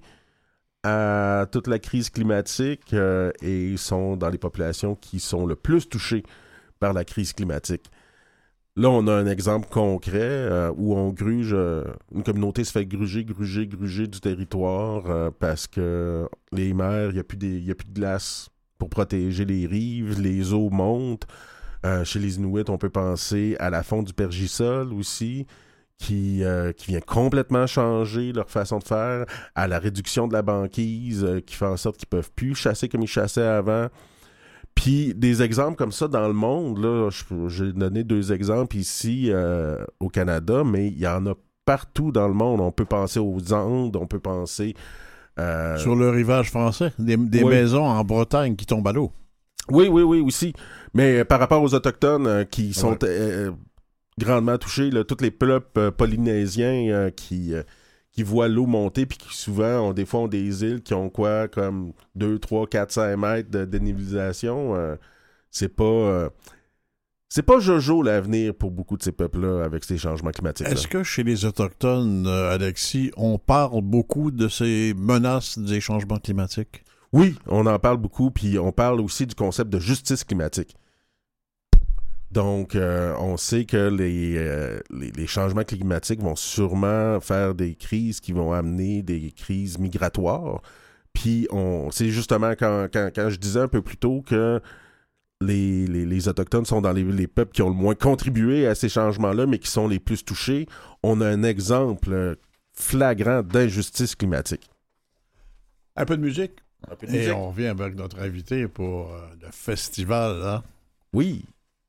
à toute la crise climatique euh, et sont dans les populations qui sont le plus touchées par la crise climatique. Là, on a un exemple concret euh, où on gruge, euh, une communauté se fait gruger, gruger, gruger du territoire euh, parce que les mers, il n'y a plus des, il y a plus de glace pour protéger les rives, les eaux montent. Euh, chez les Inuits, on peut penser à la fonte du pergisol aussi, qui, euh, qui vient complètement changer leur façon de faire, à la réduction de la banquise, euh, qui fait en sorte qu'ils ne peuvent plus chasser comme ils chassaient avant. Puis des exemples comme ça dans le monde, là, je, j'ai donné deux exemples ici euh, au Canada, mais il y en a partout dans le monde. On peut penser aux Andes, on peut penser Euh, Sur le rivage français, des, des oui. maisons en Bretagne qui tombent à l'eau. Oui, oui, oui, aussi. Mais euh, par rapport aux Autochtones euh, qui sont Ouais. euh, grandement touchés, là, tous les peuples euh, polynésiens euh, qui, euh, qui voient l'eau monter puis qui souvent ont des fois ont des îles qui ont quoi comme deux, trois, quatre, cinq mètres de dénivellisation. Euh, c'est pas euh, c'est pas jojo l'avenir pour beaucoup de ces peuples-là avec ces changements climatiques. Est-ce que chez les Autochtones, euh, Alexis, on parle beaucoup de ces menaces des changements climatiques? Oui, on en parle beaucoup, puis on parle aussi du concept de justice climatique. Donc, euh, on sait que les, euh, les, les changements climatiques vont sûrement faire des crises qui vont amener des crises migratoires. Puis, on, c'est justement quand, quand, quand je disais un peu plus tôt que les, les, les Autochtones sont dans les, les peuples qui ont le moins contribué à ces changements-là, mais qui sont les plus touchés, on a un exemple flagrant d'injustice climatique. Un peu de musique. Un peu de Et musique. on revient avec notre invité pour euh, le festival, hein? Oui.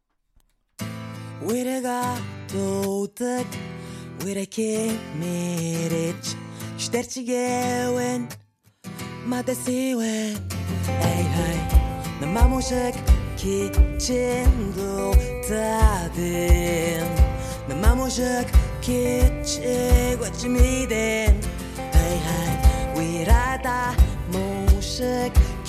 우리가 도둑 우리게 미리치 시대치게 마다시wen hey hey 나 마무식 키친도 다든 나 마무식 키치 과쯤이든 hey hey 위라다 무식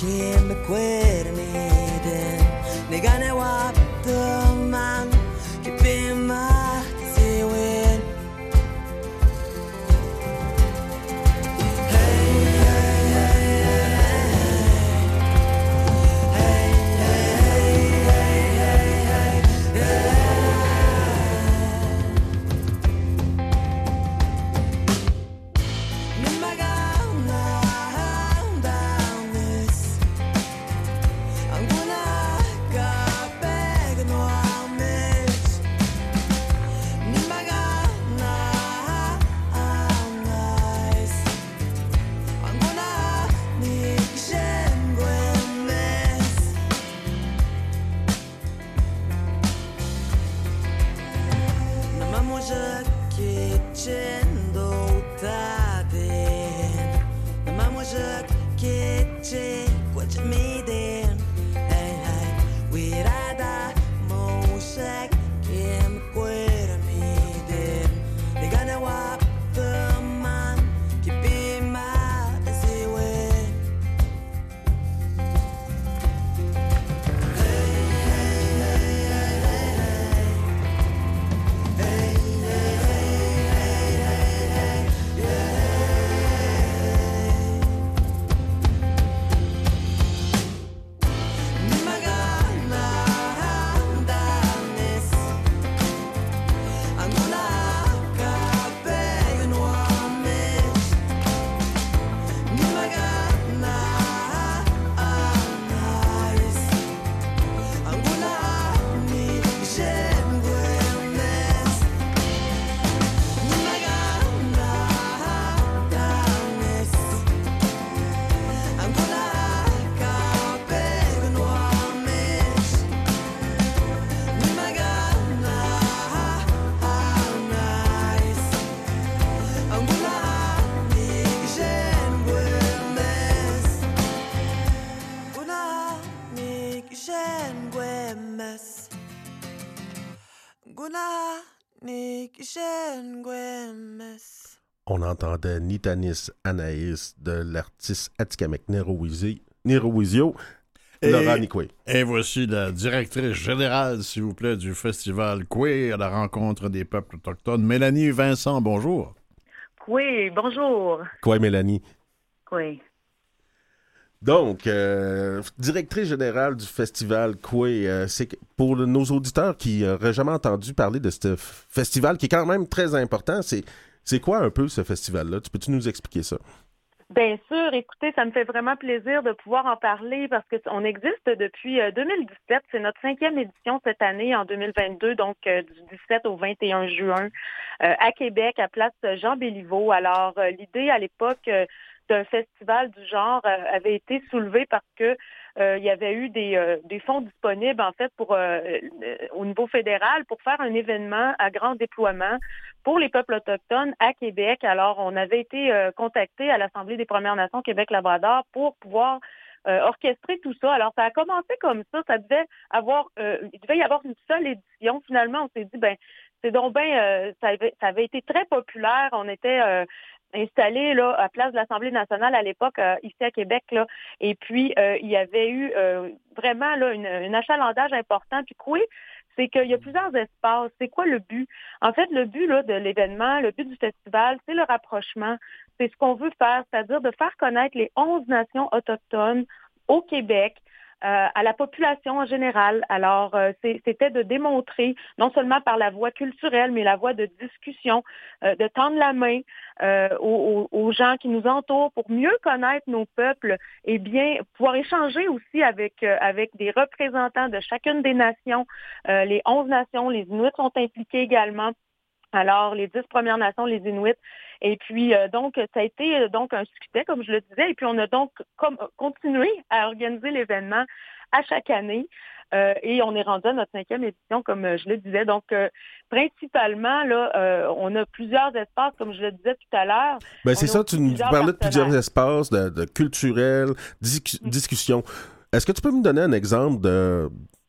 김괴르미든 내가 내와 뜸만 Be my seaweed. Hey, hey, hey, hey, hey, hey, hey, hey, On entendait Nitanis Anaïs de l'artiste Atikamekw Nerowisio, Laura Nikwe. Et voici la directrice générale, s'il vous plaît, du festival Kwe à la rencontre des peuples autochtones. Mélanie Vincent, bonjour. Oui, bonjour. Quoi, Mélanie? Oui. Donc, euh, directrice générale du festival Kwe, euh, c'est pour nos auditeurs qui n'auraient jamais entendu parler de ce festival qui est quand même très important, c'est, c'est quoi un peu ce festival-là? Tu peux-tu nous expliquer ça? Bien sûr, écoutez, ça me fait vraiment plaisir de pouvoir en parler parce qu'on existe depuis deux mille dix-sept. C'est notre cinquième édition cette année, en deux mille vingt-deux, donc euh, du dix-sept au vingt et un juin, euh, à Québec, à Place Jean-Béliveau. Alors, euh, l'idée à l'époque euh, d'un festival du genre euh, avait été soulevée parce que euh, il y avait eu des, euh, des fonds disponibles, en fait, pour euh, euh, au niveau fédéral pour faire un événement à grand déploiement pour les peuples autochtones à Québec. Alors, on avait été euh, contactés à l'Assemblée des Premières Nations Québec-Labrador pour pouvoir euh, orchestrer tout ça. Alors, ça a commencé comme ça. Ça devait avoir, euh, il devait y avoir une seule édition. Finalement, on s'est dit, ben, c'est donc bien, euh, ça, avait, ça avait été très populaire. On était euh, installés là à place de l'Assemblée nationale à l'époque euh, ici à Québec là. Et puis euh, il y avait eu euh, vraiment là une, un achalandage important. Puis quoi, c'est qu'il y a plusieurs espaces. C'est quoi le but? En fait, le but là de l'événement, le but du festival, c'est le rapprochement. C'est ce qu'on veut faire, c'est-à-dire de faire connaître les onze nations autochtones au Québec. Euh, à la population en général. Alors, euh, c'est, c'était de démontrer, non seulement par la voie culturelle, mais la voie de discussion, euh, de tendre la main euh, aux, aux gens qui nous entourent pour mieux connaître nos peuples et bien pouvoir échanger aussi avec, euh, avec des représentants de chacune des nations. Euh, les onze nations, les Inuits sont impliqués également. Alors, les dix Premières Nations, les Inuits. Et puis, euh, donc, ça a été euh, donc un succès, comme je le disais. Et puis, on a donc comme, continué à organiser l'événement à chaque année. Euh, et on est rendu à notre cinquième édition, comme euh, je le disais. Donc, euh, principalement, là, euh, on a plusieurs espaces, comme je le disais tout à l'heure. Ben, c'est On a ça, tu nous parlais de plusieurs espaces, de, de culturels, dis- mmh. discussions. Est-ce que tu peux me donner un exemple de...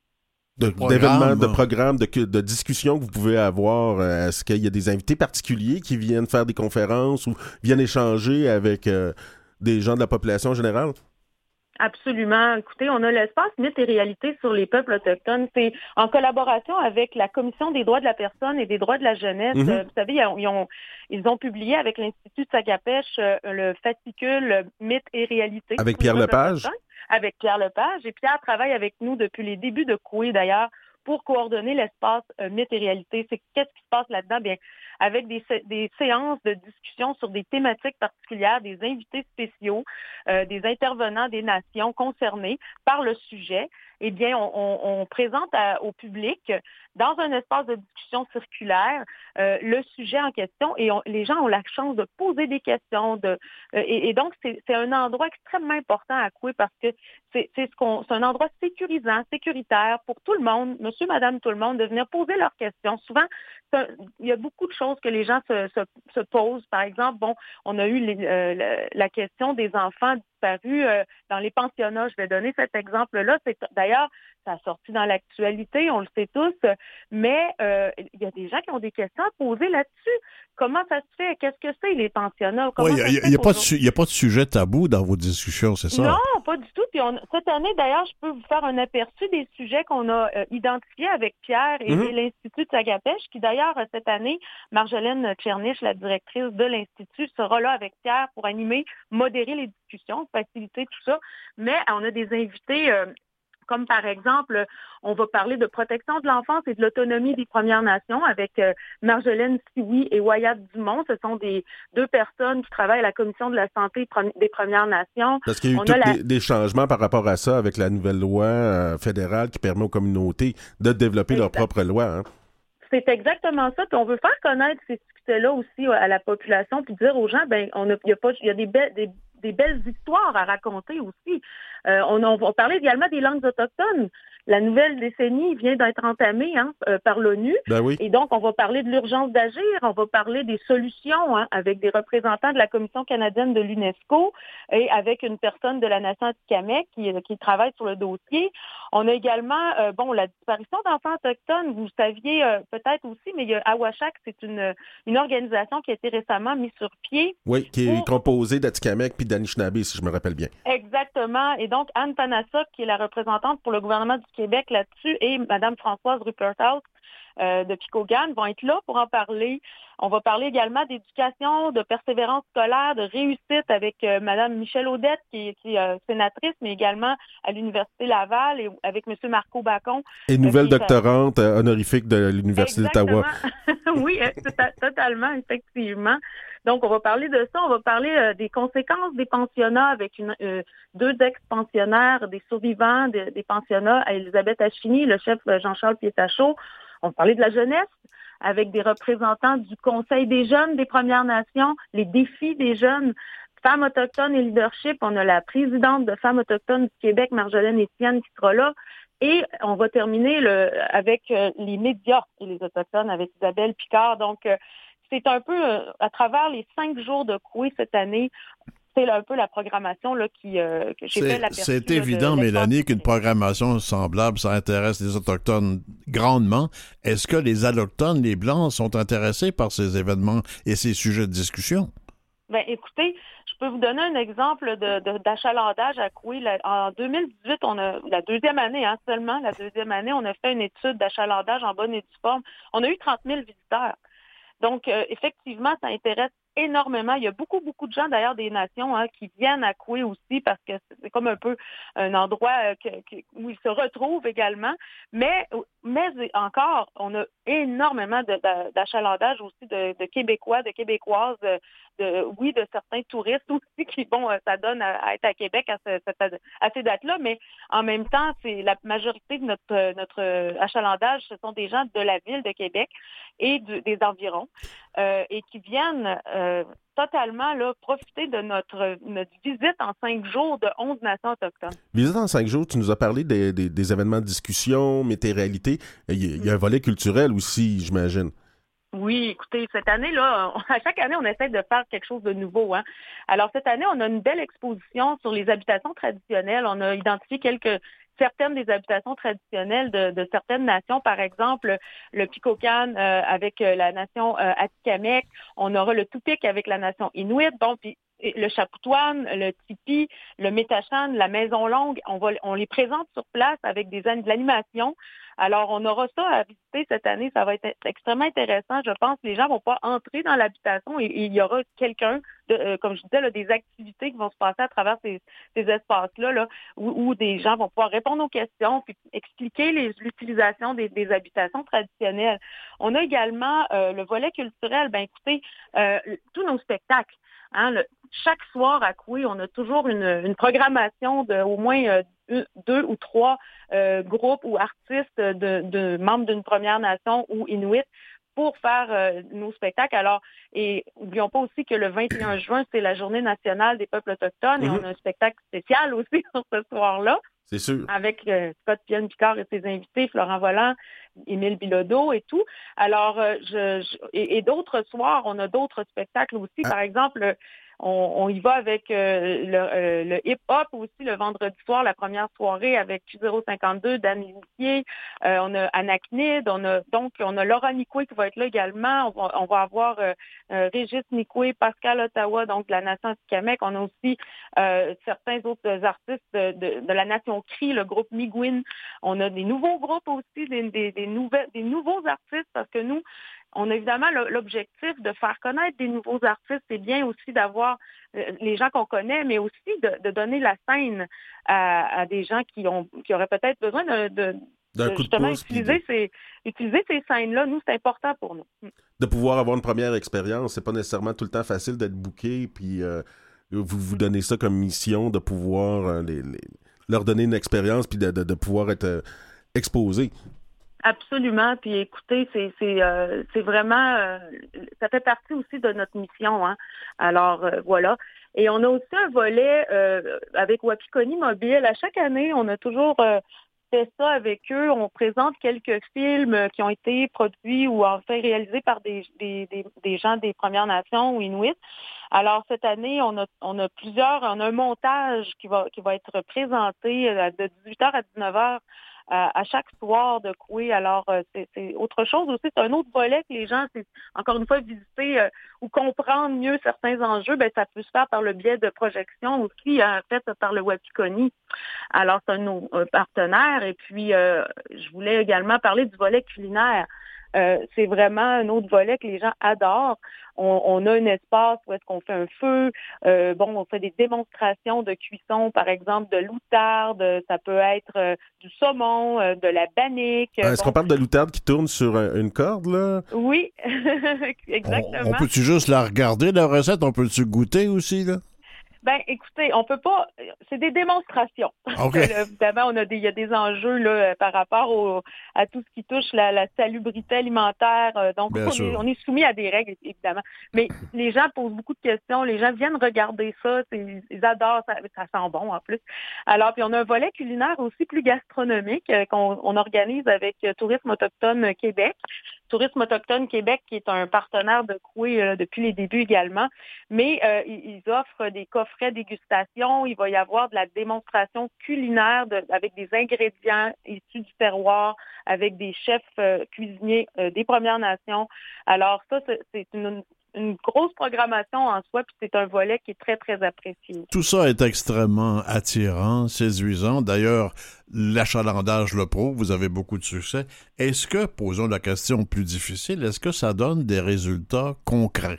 De, d'événements, de programmes, de, de discussions que vous pouvez avoir? Est-ce qu'il y a des invités particuliers qui viennent faire des conférences ou viennent échanger avec euh, des gens de la population générale? Absolument. Écoutez, on a l'espace Mythes et réalités sur les peuples autochtones. C'est en collaboration avec la Commission des droits de la personne et des droits de la jeunesse. Mm-hmm. Vous savez, ils ont, ils ont publié avec l'Institut de Sagapèche euh, le fascicule Mythes et réalités. Avec Pierre Lepage? Avec Pierre Lepage. Et Pierre travaille avec nous depuis les débuts de Coué, d'ailleurs, pour coordonner l'espace euh, Mythes et réalités. C'est qu'est-ce qui se passe là-dedans? Bien, avec des, des séances de discussion sur des thématiques particulières, des invités spéciaux, euh, des intervenants des nations concernées par le sujet, eh bien, on, on, on présente à, au public, dans un espace de discussion circulaire, euh, le sujet en question et on, les gens ont la chance de poser des questions. De, euh, et, et donc, c'est, c'est un endroit extrêmement important à Coué parce que c'est, c'est, ce qu'on, c'est un endroit sécurisant, sécuritaire pour tout le monde, monsieur, madame, tout le monde, de venir poser leurs questions. Souvent, un, il y a beaucoup de choses que les gens se, se, se posent. Par exemple, bon, on a eu les, euh, la, la question des enfants disparus euh, dans les pensionnats. Je vais donner cet exemple-là. C'est, d'ailleurs, ça a sorti dans l'actualité, on le sait tous, mais euh, il y a des gens qui ont des questions à poser là-dessus. Comment ça se fait? Qu'est-ce que c'est, les pensionnats? Oui, il n'y a, a, a pas de sujet tabou dans vos discussions, c'est ça? Non, pas du tout. Puis on, cette année, d'ailleurs, je peux vous faire un aperçu des sujets qu'on a euh, identifiés avec Pierre et, mm-hmm. et l'Institut de Sagapèche, qui d'ailleurs, cette année, Marjolaine Tchernich, la directrice de l'Institut, sera là avec Pierre pour animer, modérer les discussions, faciliter tout ça. Mais on a des invités... Euh, comme par exemple, on va parler de protection de l'enfance et de l'autonomie des Premières Nations avec euh, Marjolaine Sioui et Wyatt Dumont. Ce sont des deux personnes qui travaillent à la Commission de la santé des Premières Nations. Parce qu'il y a eu tous la... des, des changements par rapport à ça avec la nouvelle loi euh, fédérale qui permet aux communautés de développer exact. Leur propre loi. Hein. C'est exactement ça. Puis on veut faire connaître ces succès-là aussi à la population puis dire aux gens, ben on a, il y a pas, il y a des belles, des, des belles histoires à raconter aussi. Euh, on, on va parler également des langues autochtones. La nouvelle décennie vient d'être entamée hein, euh, par l'ONU. Ben oui. Et donc, on va parler de l'urgence d'agir, on va parler des solutions hein, avec des représentants de la Commission canadienne de l'UNESCO et avec une personne de la Nation Atikamekw qui, qui travaille sur le dossier. On a également, euh, bon, la disparition d'enfants autochtones. Vous saviez euh, peut-être aussi, mais il y a Awashak, c'est une, une organisation qui a été récemment mise sur pied. Oui, qui est pour... composée d'Atikamekw puis d'Anishinaabe, si je me rappelle bien. Exactement. Et donc, Anne Panasok, qui est la représentante pour le gouvernement du Québec là-dessus, et Mme Françoise Ruperthout euh, de Picogan vont être là pour en parler. On va parler également d'éducation, de persévérance scolaire, de réussite avec euh, Mme Michèle Audette, qui, qui est euh, sénatrice, mais également à l'Université Laval, et avec M. Marco Bacon. Et nouvelle euh, doctorante euh, honorifique de l'Université d'Ottawa. Oui, totalement, effectivement. Donc, on va parler de ça. On va parler euh, des conséquences des pensionnats avec une, euh, deux ex-pensionnaires, des survivants de, des pensionnats, à Elisabeth Achini, le chef euh, Jean-Charles Pietachot. On va parler de la jeunesse avec des représentants du Conseil des jeunes des Premières Nations, les défis des jeunes, femmes autochtones et leadership. On a la présidente de Femmes autochtones du Québec, Marjolaine Etienne, qui sera là. Et on va terminer le, avec euh, les médias et les autochtones avec Isabelle Picard. Donc, euh, c'est un peu euh, à travers les cinq jours de Coué cette année, c'est un peu la programmation là, qui, euh, que j'ai C'est, fait l'aperçu. c'est là, évident, de Mélanie, qu'une programmation semblable, ça intéresse les Autochtones grandement. Est-ce que les Allochtones, les Blancs, sont intéressés par ces événements et ces sujets de discussion? Ben, écoutez, je peux vous donner un exemple de, de, d'achalandage à Coué. La- En deux mille dix-huit, on a, la deuxième année, hein, seulement la deuxième année, on a fait une étude d'achalandage en bonne et due forme. On a eu trente mille visiteurs. Donc, euh, effectivement, ça intéresse énormément. Il y a beaucoup, beaucoup de gens, d'ailleurs, des nations hein, qui viennent à Coué aussi parce que c'est comme un peu un endroit euh, que, que- où ils se retrouvent également. Mais, mais encore, on a énormément de, de- d'achalandage aussi de, de Québécois, de Québécoises, de, de- oui, de certains touristes aussi qui, bon, euh, ça donne à, à être à Québec à, ce- cette- à ces dates-là, mais en même temps, c'est la majorité de notre, notre achalandage, ce sont des gens de la ville de Québec et du- des environs. Euh, et qui viennent euh, totalement là, profiter de notre, notre visite en cinq jours de onze nations autochtones. Visite en cinq jours, tu nous as parlé des, des, des événements de discussion, météo-réalité. Il y, a, il y a un volet culturel aussi, j'imagine. Oui, écoutez, cette année-là, on- à chaque année, on essaie de faire quelque chose de nouveau. Hein. Alors, cette année, on a une belle exposition sur les habitations traditionnelles. On a identifié quelques certaines des habitations traditionnelles de, de certaines nations. Par exemple, le Picocan euh, avec euh, la nation euh, Atikamekw. On aura le Tupik avec la nation Inuit. Bon, puis le Chapoutoine, le Tipi, le Métachan, la Maison Longue. On, va, on les présente sur place avec des, de l'animation. Alors, on aura ça à visiter cette année. Ça va être extrêmement intéressant. Je pense que les gens vont pas entrer dans l'habitation et, et il y aura quelqu'un, de, euh, comme je disais, là, des activités qui vont se passer à travers ces, ces espaces-là, là, où, où des gens vont pouvoir répondre aux questions puis expliquer les, l'utilisation des, des habitations traditionnelles. On a également euh, le volet culturel. Ben, écoutez, euh, tous nos spectacles. Hein, le, chaque soir à Coué, on a toujours une, une programmation de au moins euh, deux ou trois euh, groupes ou artistes de, de membres d'une Première Nation ou Inuit pour faire euh, nos spectacles. Alors, et n'oublions pas aussi que le vingt et un juin, c'est la Journée nationale des peuples autochtones et Mm-hmm. on a un spectacle spécial aussi sur ce soir-là. C'est sûr. Avec euh, Scott Pienne-Picard et ses invités, Florent Volant, Émile Bilodeau et tout. Alors, euh, je, je et, et d'autres soirs, on a d'autres spectacles aussi. Ah. Par exemple, on, on y va avec euh, le, euh, le hip-hop aussi le vendredi soir, la première soirée avec Q zéro cinquante-deux, Dan Liniquier. Euh, on a Anaknid, on a donc on a Laura Nicoué qui va être là également. On va, on va avoir euh, euh, Régis Nicoué, Pascal Ottawa, donc de la nation Atikamekw. On a aussi euh, certains autres artistes de, de, de la nation Cri, le groupe Miigwin. On a des nouveaux groupes aussi, des, des, des, nouvelles, des nouveaux artistes, parce que nous, on a évidemment l'objectif de faire connaître des nouveaux artistes. C'est bien aussi d'avoir les gens qu'on connaît, mais aussi de, de donner la scène à, à des gens qui ont qui auraient peut-être besoin de, de, D'un de coup de justement pouce, puis utiliser, de- ces, utiliser ces scènes-là. Nous, c'est important pour nous. de pouvoir avoir une première expérience. C'est pas nécessairement tout le temps facile d'être booké, puis euh, vous vous donnez ça comme mission de pouvoir euh, les, les- leur donner une expérience, puis de, de, de pouvoir être euh, exposé. Absolument. Puis écoutez, c'est c'est euh, c'est vraiment euh, ça fait partie aussi de notre mission. Hein. Alors euh, voilà. Et on a aussi un volet euh, avec Wapikoni Mobile. À chaque année, on a toujours euh, fait ça avec eux. On présente quelques films qui ont été produits ou en fait réalisés par des des, des, des gens des Premières Nations ou Inuits. Alors cette année, on a on a plusieurs, on a un montage qui va qui va être présenté de dix-huit heures à dix-neuf heures. À, à chaque soir de Coué. Alors, euh, c'est, c'est autre chose aussi. C'est un autre volet que les gens, c'est encore une fois, visiter euh, ou comprendre mieux certains enjeux, ben ça peut se faire par le biais de projections aussi, en fait, par le Wapikoni. Alors, c'est un de nos euh, partenaires. Et puis, euh, je voulais également parler du volet culinaire. Euh, c'est vraiment un autre volet que les gens adorent. On, on a un espace où est-ce qu'on fait un feu. Euh, bon, on fait des démonstrations de cuisson, par exemple, de l'outarde. Ça peut être euh, du saumon, euh, de la bannique. Ah, est-ce Bon, qu'on parle de l'outarde qui tourne sur un- une corde, là? oui, On, exactement. on peut-tu juste la regarder, la recette? On peut-tu goûter aussi, là? Ben, écoutez, on peut pas. C'est des démonstrations. OK. Là, évidemment, on a des, il y a des enjeux là par rapport au, à tout ce qui touche la, la salubrité alimentaire. Euh, Donc, Bien on sûr. est, on est soumis à des règles, évidemment. Mais les gens posent beaucoup de questions. Les gens viennent regarder ça. C'est, ils adorent. Ça, ça sent bon en plus. Alors, puis on a un volet culinaire aussi plus gastronomique euh, qu'on on organise avec euh, Tourisme autochtone Québec. Tourisme autochtone Québec, qui est un partenaire de Coué euh, depuis les débuts également. Mais euh, ils offrent des coffrets dégustation. Il va y avoir de la démonstration culinaire de, avec des ingrédients issus du terroir, avec des chefs euh, cuisiniers euh, des Premières Nations. Alors ça, c'est, c'est une, une grosse programmation en soi, puis c'est un volet qui est très, très apprécié. Tout ça est extrêmement attirant, séduisant. D'ailleurs, l'achalandage le prouve, vous avez beaucoup de succès. Est-ce que, posons la question plus difficile, est-ce que ça donne des résultats concrets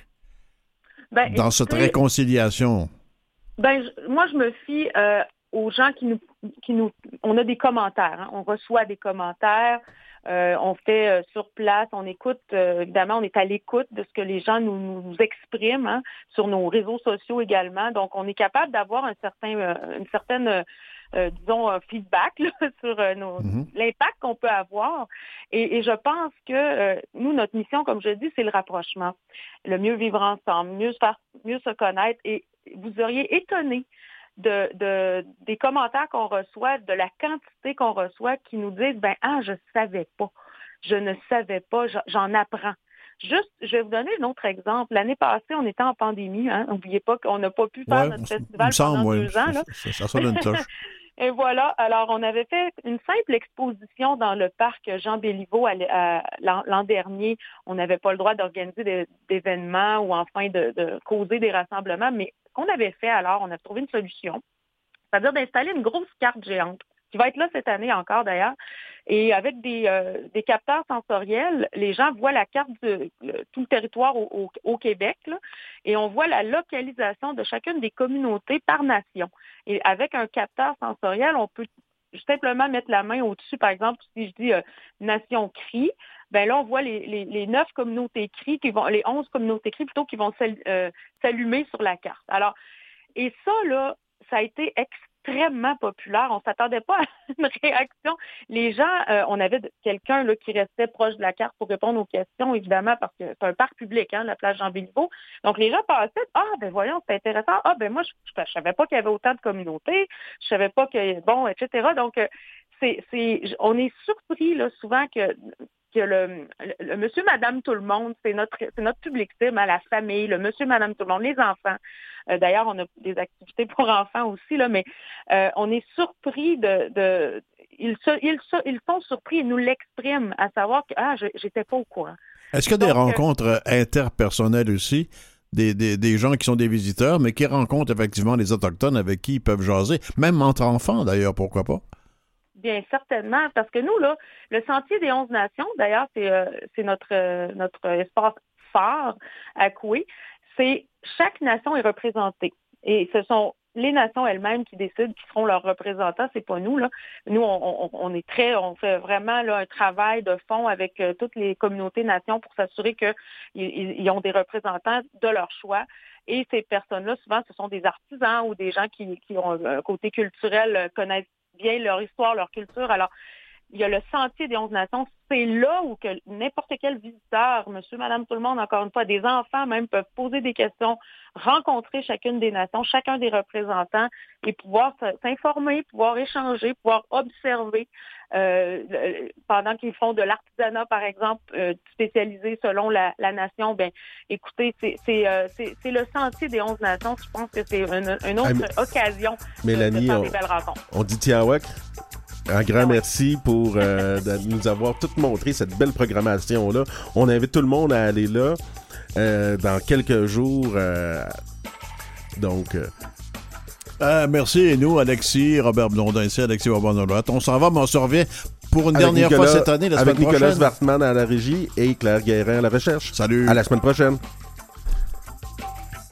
ben, dans cette réconciliation? Ben, je, moi, je me fie euh, aux gens qui nous, qui nous... On a des commentaires, hein, on reçoit des commentaires. Euh, on fait euh, sur place, on écoute, euh, évidemment, on est à l'écoute de ce que les gens nous, nous expriment hein, sur nos réseaux sociaux également. Donc, on est capable d'avoir un certain, euh, une certaine, euh, disons, un feedback là, sur euh, nos, mm-hmm. l'impact qu'on peut avoir. Et, et je pense que euh, nous, notre mission, comme je dis, c'est le rapprochement, le mieux vivre ensemble, mieux se faire, mieux se connaître. Et vous auriez étonné De, de, des commentaires qu'on reçoit, de la quantité qu'on reçoit qui nous disent, ben ah, je savais pas, je ne savais pas, j'en apprends. Juste, je vais vous donner un autre exemple. L'année passée, on était en pandémie, hein. N'oubliez pas qu'on n'a pas pu faire ouais, notre festival semble, pendant ouais. deux ans. Là. Ça, ça sonne une cloche. Et voilà. Alors, on avait fait une simple exposition dans le parc Jean Béliveau à, à, l'an, l'an dernier. On n'avait pas le droit d'organiser des, d'événements ou enfin de, de causer des rassemblements, mais qu'on avait fait alors, on a trouvé une solution, c'est-à-dire d'installer une grosse carte géante, qui va être là cette année encore d'ailleurs, et avec des, euh, des capteurs sensoriels, les gens voient la carte de le, tout le territoire au, au, au Québec, là, et on voit la localisation de chacune des communautés par nation. Et avec un capteur sensoriel, on peut simplement mettre la main au-dessus, par exemple, si je dis euh, Nation Cri, ben là, on voit les, les, les neuf communautés Cri, qui vont, les onze communautés Cri plutôt, qui vont euh, s'allumer sur la carte. Alors, et ça, là, ça a été extrêmement populaire. On ne s'attendait pas à une réaction. Les gens, euh, on avait quelqu'un là, qui restait proche de la carte pour répondre aux questions, évidemment, parce que c'est un parc public, hein, la plage Jean Béliveau. Donc, les gens passaient, ah, ben voyons, c'est intéressant. Ah, ben moi, je ne savais pas qu'il y avait autant de communautés. Je ne savais pas que, bon, et cetera. Donc, euh, c'est, c'est, on est surpris, là, souvent que... que le, le, le monsieur, madame, tout le monde, c'est notre, c'est notre public cible, hein, la famille, le monsieur, madame, tout le monde, les enfants. Euh, d'ailleurs, on a des activités pour enfants aussi, là, mais euh, on est surpris de... de ils, se, ils, se, ils sont surpris, ils nous l'expriment, à savoir que, ah, je, j'étais pas au courant. Est-ce qu'il y a des Donc, rencontres euh, interpersonnelles aussi, des, des, des gens qui sont des visiteurs, mais qui rencontrent effectivement les Autochtones avec qui ils peuvent jaser, même entre enfants, d'ailleurs, pourquoi pas? Bien, certainement, parce que nous, là, le Sentier des onze Nations, d'ailleurs, c'est, euh, c'est notre, euh, notre espace phare à Coué, c'est chaque nation est représentée. Et ce sont les nations elles-mêmes qui décident qui seront leurs représentants, c'est pas nous, là. Nous, on, on, on est très, on fait vraiment là, un travail de fond avec euh, toutes les communautés nations pour s'assurer qu'ils ils ont des représentants de leur choix. Et ces personnes-là, souvent, ce sont des artisans ou des gens qui, qui ont un côté culturel, connaissent bien leur histoire, leur culture. Alors, il y a le Sentier des onze Nations. C'est là où que n'importe quel visiteur, monsieur, madame, tout le monde, encore une fois, des enfants même, peuvent poser des questions, rencontrer chacune des nations, chacun des représentants et pouvoir s'informer, pouvoir échanger, pouvoir observer euh, pendant qu'ils font de l'artisanat, par exemple, euh, spécialisé selon la, la nation. Bien, écoutez, c'est, c'est, euh, c'est, c'est le Sentier des onze Nations. Je pense que c'est une, une autre ah, occasion Mélanie, de faire on, des belles rencontres. On dit Tiawak. Un grand merci pour euh, de nous avoir tout montré cette belle programmation-là. On invite tout le monde à aller là euh, dans quelques jours. Euh, donc... Euh... Euh, merci. Et nous, Alexis, Robert Blondin ici, Alexis Wabonolot. On s'en va, mais on se revient pour une avec dernière Nicolas, fois cette année, la semaine avec prochaine. Avec Nicolas Svartman à la régie et Claire Guérin à la recherche. Salut. À la semaine prochaine.